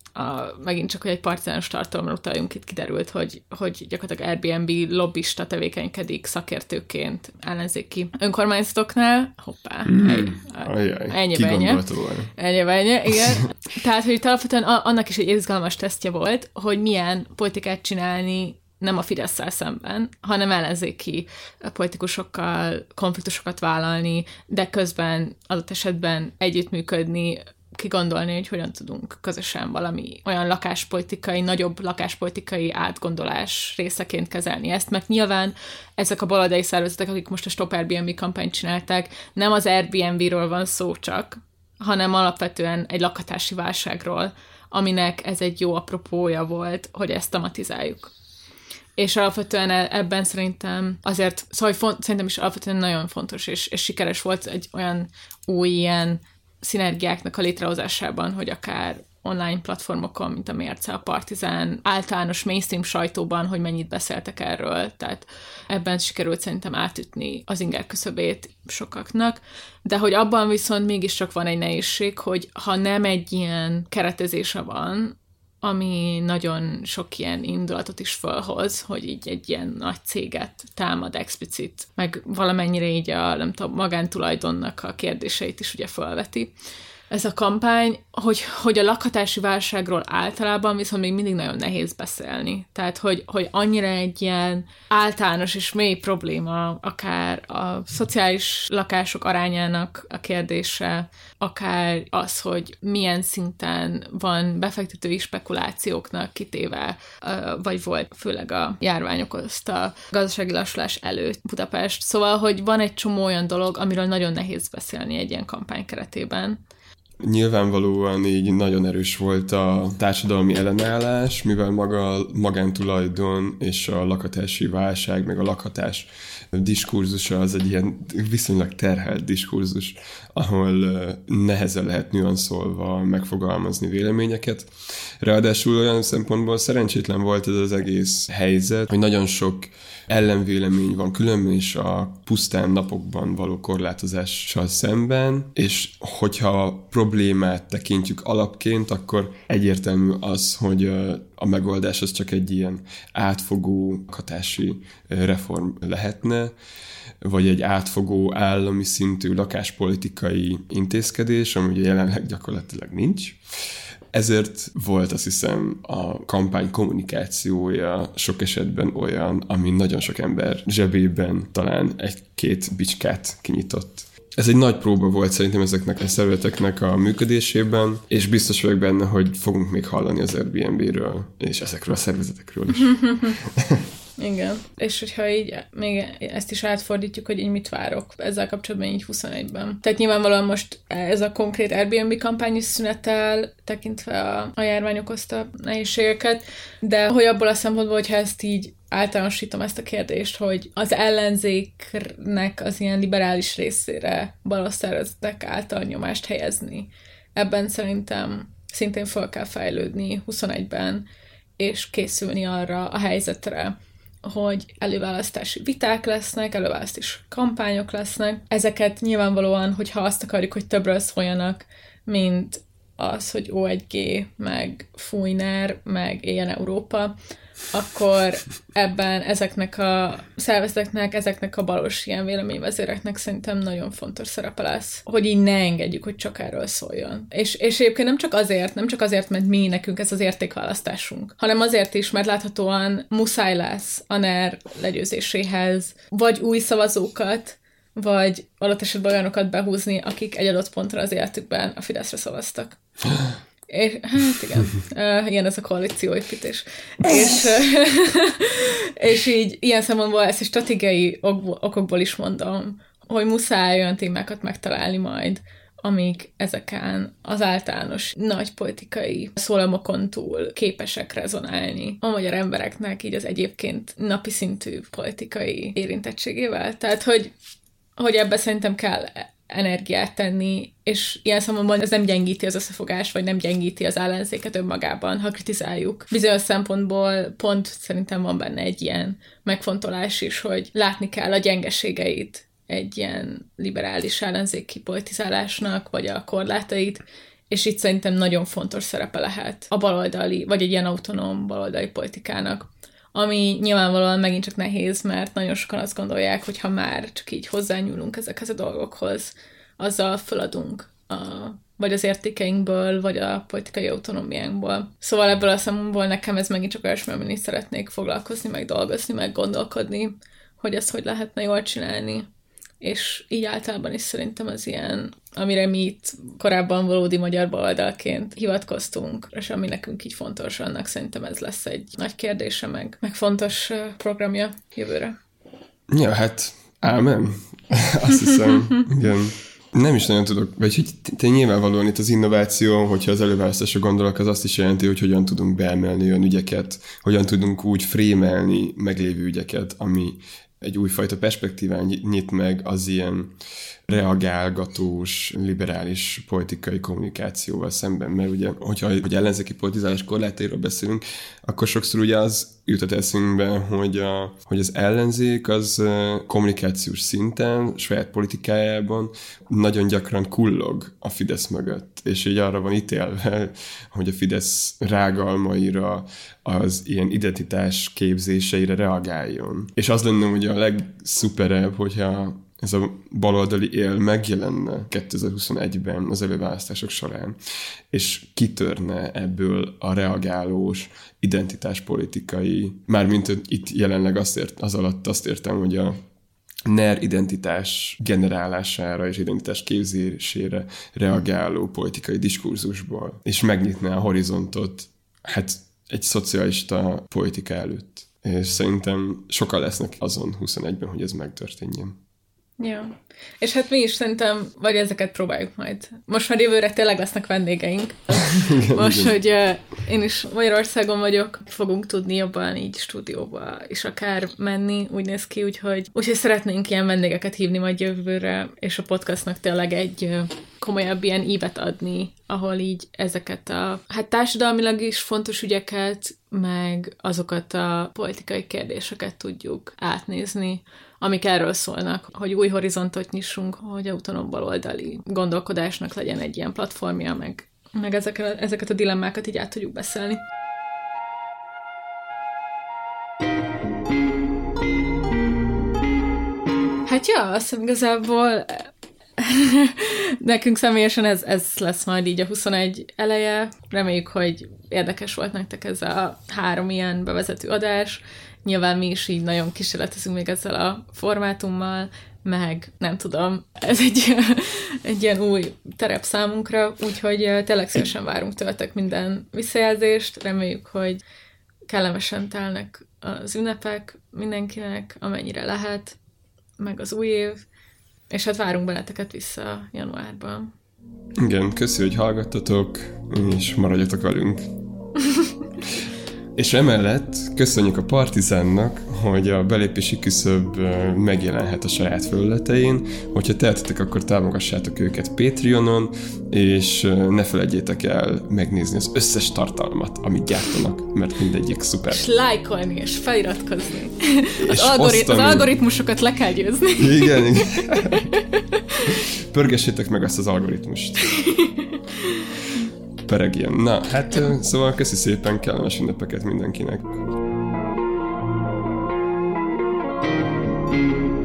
a, megint csak, hogy egy partizános tartalomra utaljunk, itt kiderült, hogy, hogy gyakorlatilag Airbnb lobbista tevékenykedik szakértőként ellenzéki önkormányzatoknál. Hoppá, mm. egy, ennyi bennyi. Ennyi bennyi, igen. Tehát, hogy alapvetően annak is egy izgalmas tesztje volt, hogy milyen politikát csinálni nem a Fidesszel szemben, hanem ellenzéki politikusokkal konfliktusokat vállalni, de közben adott esetben együttműködni, kigondolni, hogy hogyan tudunk közösen valami olyan lakáspolitikai, nagyobb lakáspolitikai átgondolás részeként kezelni ezt, mert nyilván ezek a baloldali szervezetek, akik most a Stop Airbnb kampányt csinálták, nem az Airbnb-ről van szó csak, hanem alapvetően egy lakhatási válságról, aminek ez egy jó apropója volt, hogy ezt tematizáljuk. és alapvetően ebben szerintem azért, szóval font, szerintem is alapvetően nagyon fontos, és, és sikeres volt egy olyan új ilyen szinergiáknak a létrehozásában, hogy akár online platformokon, mint a Mérce, a Partizán, általános mainstream sajtóban, hogy mennyit beszéltek erről, tehát ebben sikerült szerintem átütni az inger küszöbét sokaknak, de hogy abban viszont mégiscsak van egy nehézség, hogy ha nem egy ilyen keretezése van, ami nagyon sok ilyen indulatot is fölhoz, hogy így egy ilyen nagy céget támad explicit, meg valamennyire így a, nem tudom, magántulajdonnak a kérdéseit is ugye fölveti. Ez a kampány, hogy, hogy a lakhatási válságról általában viszont még mindig nagyon nehéz beszélni. Tehát, hogy, hogy annyira egy ilyen általános és mély probléma, akár a szociális lakások arányának a kérdése, akár az, hogy milyen szinten van befektetői spekulációknak kitéve, vagy volt főleg a járvány okozta gazdasági lassulás előtt Budapest. Szóval, hogy van egy csomó olyan dolog, amiről nagyon nehéz beszélni egy ilyen kampány keretében. Nyilvánvalóan így nagyon erős volt a társadalmi ellenállás, mivel maga a magántulajdon és a lakhatási válság, meg a lakhatás diskurzusa az egy ilyen viszonylag terhelt diskurzus, ahol nehezen lehet nüanszolva megfogalmazni véleményeket. Ráadásul olyan szempontból szerencsétlen volt ez az egész helyzet, hogy nagyon sok ellenvélemény van különben is a pusztán napokban való korlátozással szemben, és hogyha a problémát tekintjük alapként, akkor egyértelmű az, hogy a megoldás az csak egy ilyen átfogó hatási reform lehetne, vagy egy átfogó állami szintű lakáspolitikai intézkedés, ami ugye jelenleg gyakorlatilag nincs. Ezért volt, azt hiszem, a kampány kommunikációja sok esetben olyan, ami nagyon sok ember zsebében talán egy-két bicskát kinyitott. Ez egy nagy próba volt szerintem ezeknek a szervezeteknek a működésében, és biztos vagyok benne, hogy fogunk még hallani az Airbnb-ről, és ezekről a szervezetekről is. Igen. És hogyha így még ezt is átfordítjuk, hogy így mit várok ezzel kapcsolatban így huszonegyben. Tehát nyilvánvalóan most ez a konkrét Airbnb kampány is szünetel, tekintve a, a járvány okozta nehézségeket, de hogy abból a szempontból, hogyha ezt így általánosítom ezt a kérdést, hogy az ellenzéknek az ilyen liberális részére balosztározatok által nyomást helyezni. Ebben szerintem szintén fel kell fejlődni huszonegyben, és készülni arra a helyzetre, hogy előválasztási viták lesznek, előválasztási kampányok lesznek. Ezeket nyilvánvalóan, hogyha azt akarjuk, hogy többről szóljanak, mint az, hogy o egy gé, meg Fújner, meg Éljen Európa, akkor ebben ezeknek a szervezeteknek, ezeknek a balos ilyen véleményvezéreknek szerintem nagyon fontos szerepe lesz, hogy így ne engedjük, hogy csak erről szóljon. És, és egyébként nem csak azért, nem csak azért, mert mi nekünk ez az értékválasztásunk, hanem azért is, mert láthatóan muszáj lesz a NER legyőzéséhez, vagy új szavazókat, vagy alatt esetben olyanokat behúzni, akik egy adott pontra az életükben a Fideszre szavaztak. És, hát igen, uh, ilyen ez a koalícióépítés. és, uh, és így ilyen szempontból ezt a stratégiai ok- okokból is mondom, hogy muszáj olyan témákat megtalálni majd, amik ezeken az általános nagy politikai szólamokon túl képesek rezonálni a magyar embereknek így az egyébként napi szintű politikai érintettségével. Tehát, hogy, hogy ebbe szerintem kell energiát tenni, és ilyen szempontból ez nem gyengíti az összefogást, vagy nem gyengíti az ellenzéket önmagában, ha kritizáljuk. Bizonyos szempontból pont szerintem van benne egy ilyen megfontolás is, hogy látni kell a gyengeségeit egy ilyen liberális ellenzéki politizálásnak, vagy a korlátait, és itt szerintem nagyon fontos szerepe lehet a baloldali, vagy egy ilyen autonóm baloldali politikának, ami nyilvánvalóan megint csak nehéz, mert nagyon sokan azt gondolják, hogy ha már csak így hozzányúlunk ezekhez a dolgokhoz, azzal feladunk a, vagy az értékeinkből, vagy a politikai autonómiánkból. Szóval ebből a szempontból nekem ez megint csak olyasmi, amin is szeretnék foglalkozni, meg dolgozni, meg gondolkodni, hogy ezt hogy lehetne jól csinálni. És így általában is szerintem az ilyen, amire mi itt korábban valódi magyar baloldalként hivatkoztunk, és ami nekünk így fontos, annak szerintem ez lesz egy nagy kérdése, meg, meg fontos programja jövőre. Ja, hát ámen. Azt hiszem, igen. Nem is nagyon tudok, vagy hogy te nyilvánvalóan itt az innováció, hogyha az előválasztásra gondolok, az azt is jelenti, hogy hogyan tudunk beemelni olyan ügyeket, hogyan tudunk úgy frémelni meglévő ügyeket, ami egy újfajta perspektíván nyit meg az ilyen reagálgatós, liberális politikai kommunikációval szemben, mert ugye, hogyha hogy ellenzéki politizálás korlátairól beszélünk, akkor sokszor ugye az jutott eszünkbe, hogy, a, hogy az ellenzék az kommunikációs szinten, saját politikájában nagyon gyakran kullog a Fidesz mögött, és így arra van ítélve, hogy a Fidesz rágalmaira, az ilyen identitás képzéseire reagáljon. És az lenne ugye a legszuperebb, hogyha ez a baloldali él megjelenne kétezer-huszonegyben az előválasztások során, és kitörne ebből a reagálós, identitáspolitikai, mármint itt jelenleg azt ért, az alatt azt értem, hogy a en e er identitás generálására és identitás képzésére reagáló politikai diskurzusból, és megnyitná a horizontot, hát egy szocialista politika előtt. És szerintem sokan lesznek azon huszonegyben, hogy ez megtörténjen. Ja. És hát mi is szerintem, vagy ezeket próbáljuk majd. Most már jövőre tényleg lesznek vendégeink. Most, hogy uh, én is Magyarországon vagyok, fogunk tudni jobban így stúdióba is akár menni, úgy néz ki, úgyhogy, úgyhogy szeretnénk ilyen vendégeket hívni majd jövőre, és a podcastnak tényleg egy uh, komolyabb ilyen ívet adni, ahol így ezeket a hát társadalmilag is fontos ügyeket, meg azokat a politikai kérdéseket tudjuk átnézni, amik erről szólnak, hogy új horizontot nyissunk, hogy autonóm baloldali gondolkodásnak legyen egy ilyen platformja, meg, meg ezeket, ezeket a dilemmákat így át tudjuk beszélni. Hát ja, azt hiszem igazából nekünk személyesen ez, ez lesz majd így a huszonegy eleje. Reméljük, hogy érdekes volt nektek ez a három ilyen bevezető adás. Nyilván mi is így nagyon kísérletezünk még ezzel a formátummal, meg nem tudom, ez egy, egy ilyen új terep számunkra, úgyhogy tényleg szívesen várunk tőletek minden visszajelzést. Reméljük, hogy kellemesen telnek az ünnepek mindenkinek, amennyire lehet, meg az új év, és hát várunk benneteket vissza januárban. Igen, köszi, hogy hallgattatok, és maradjatok velünk. És emellett köszönjük a Partizánnak, hogy a belépési küszöb megjelenhet a saját felületein. Hogyha tehetitek, akkor támogassátok őket Patreonon, és ne felejtjétek el megnézni az összes tartalmat, amit gyártanak, mert mindegyik szuper. És lájkolni, és feliratkozni. Az, algorit- osztani... az algoritmusokat le kell győzni. Igen, igen. Pörgessétek meg azt az algoritmust. Peregjen. Na, hát szóval köszi szépen, kellemes ünnepeket mindenkinek.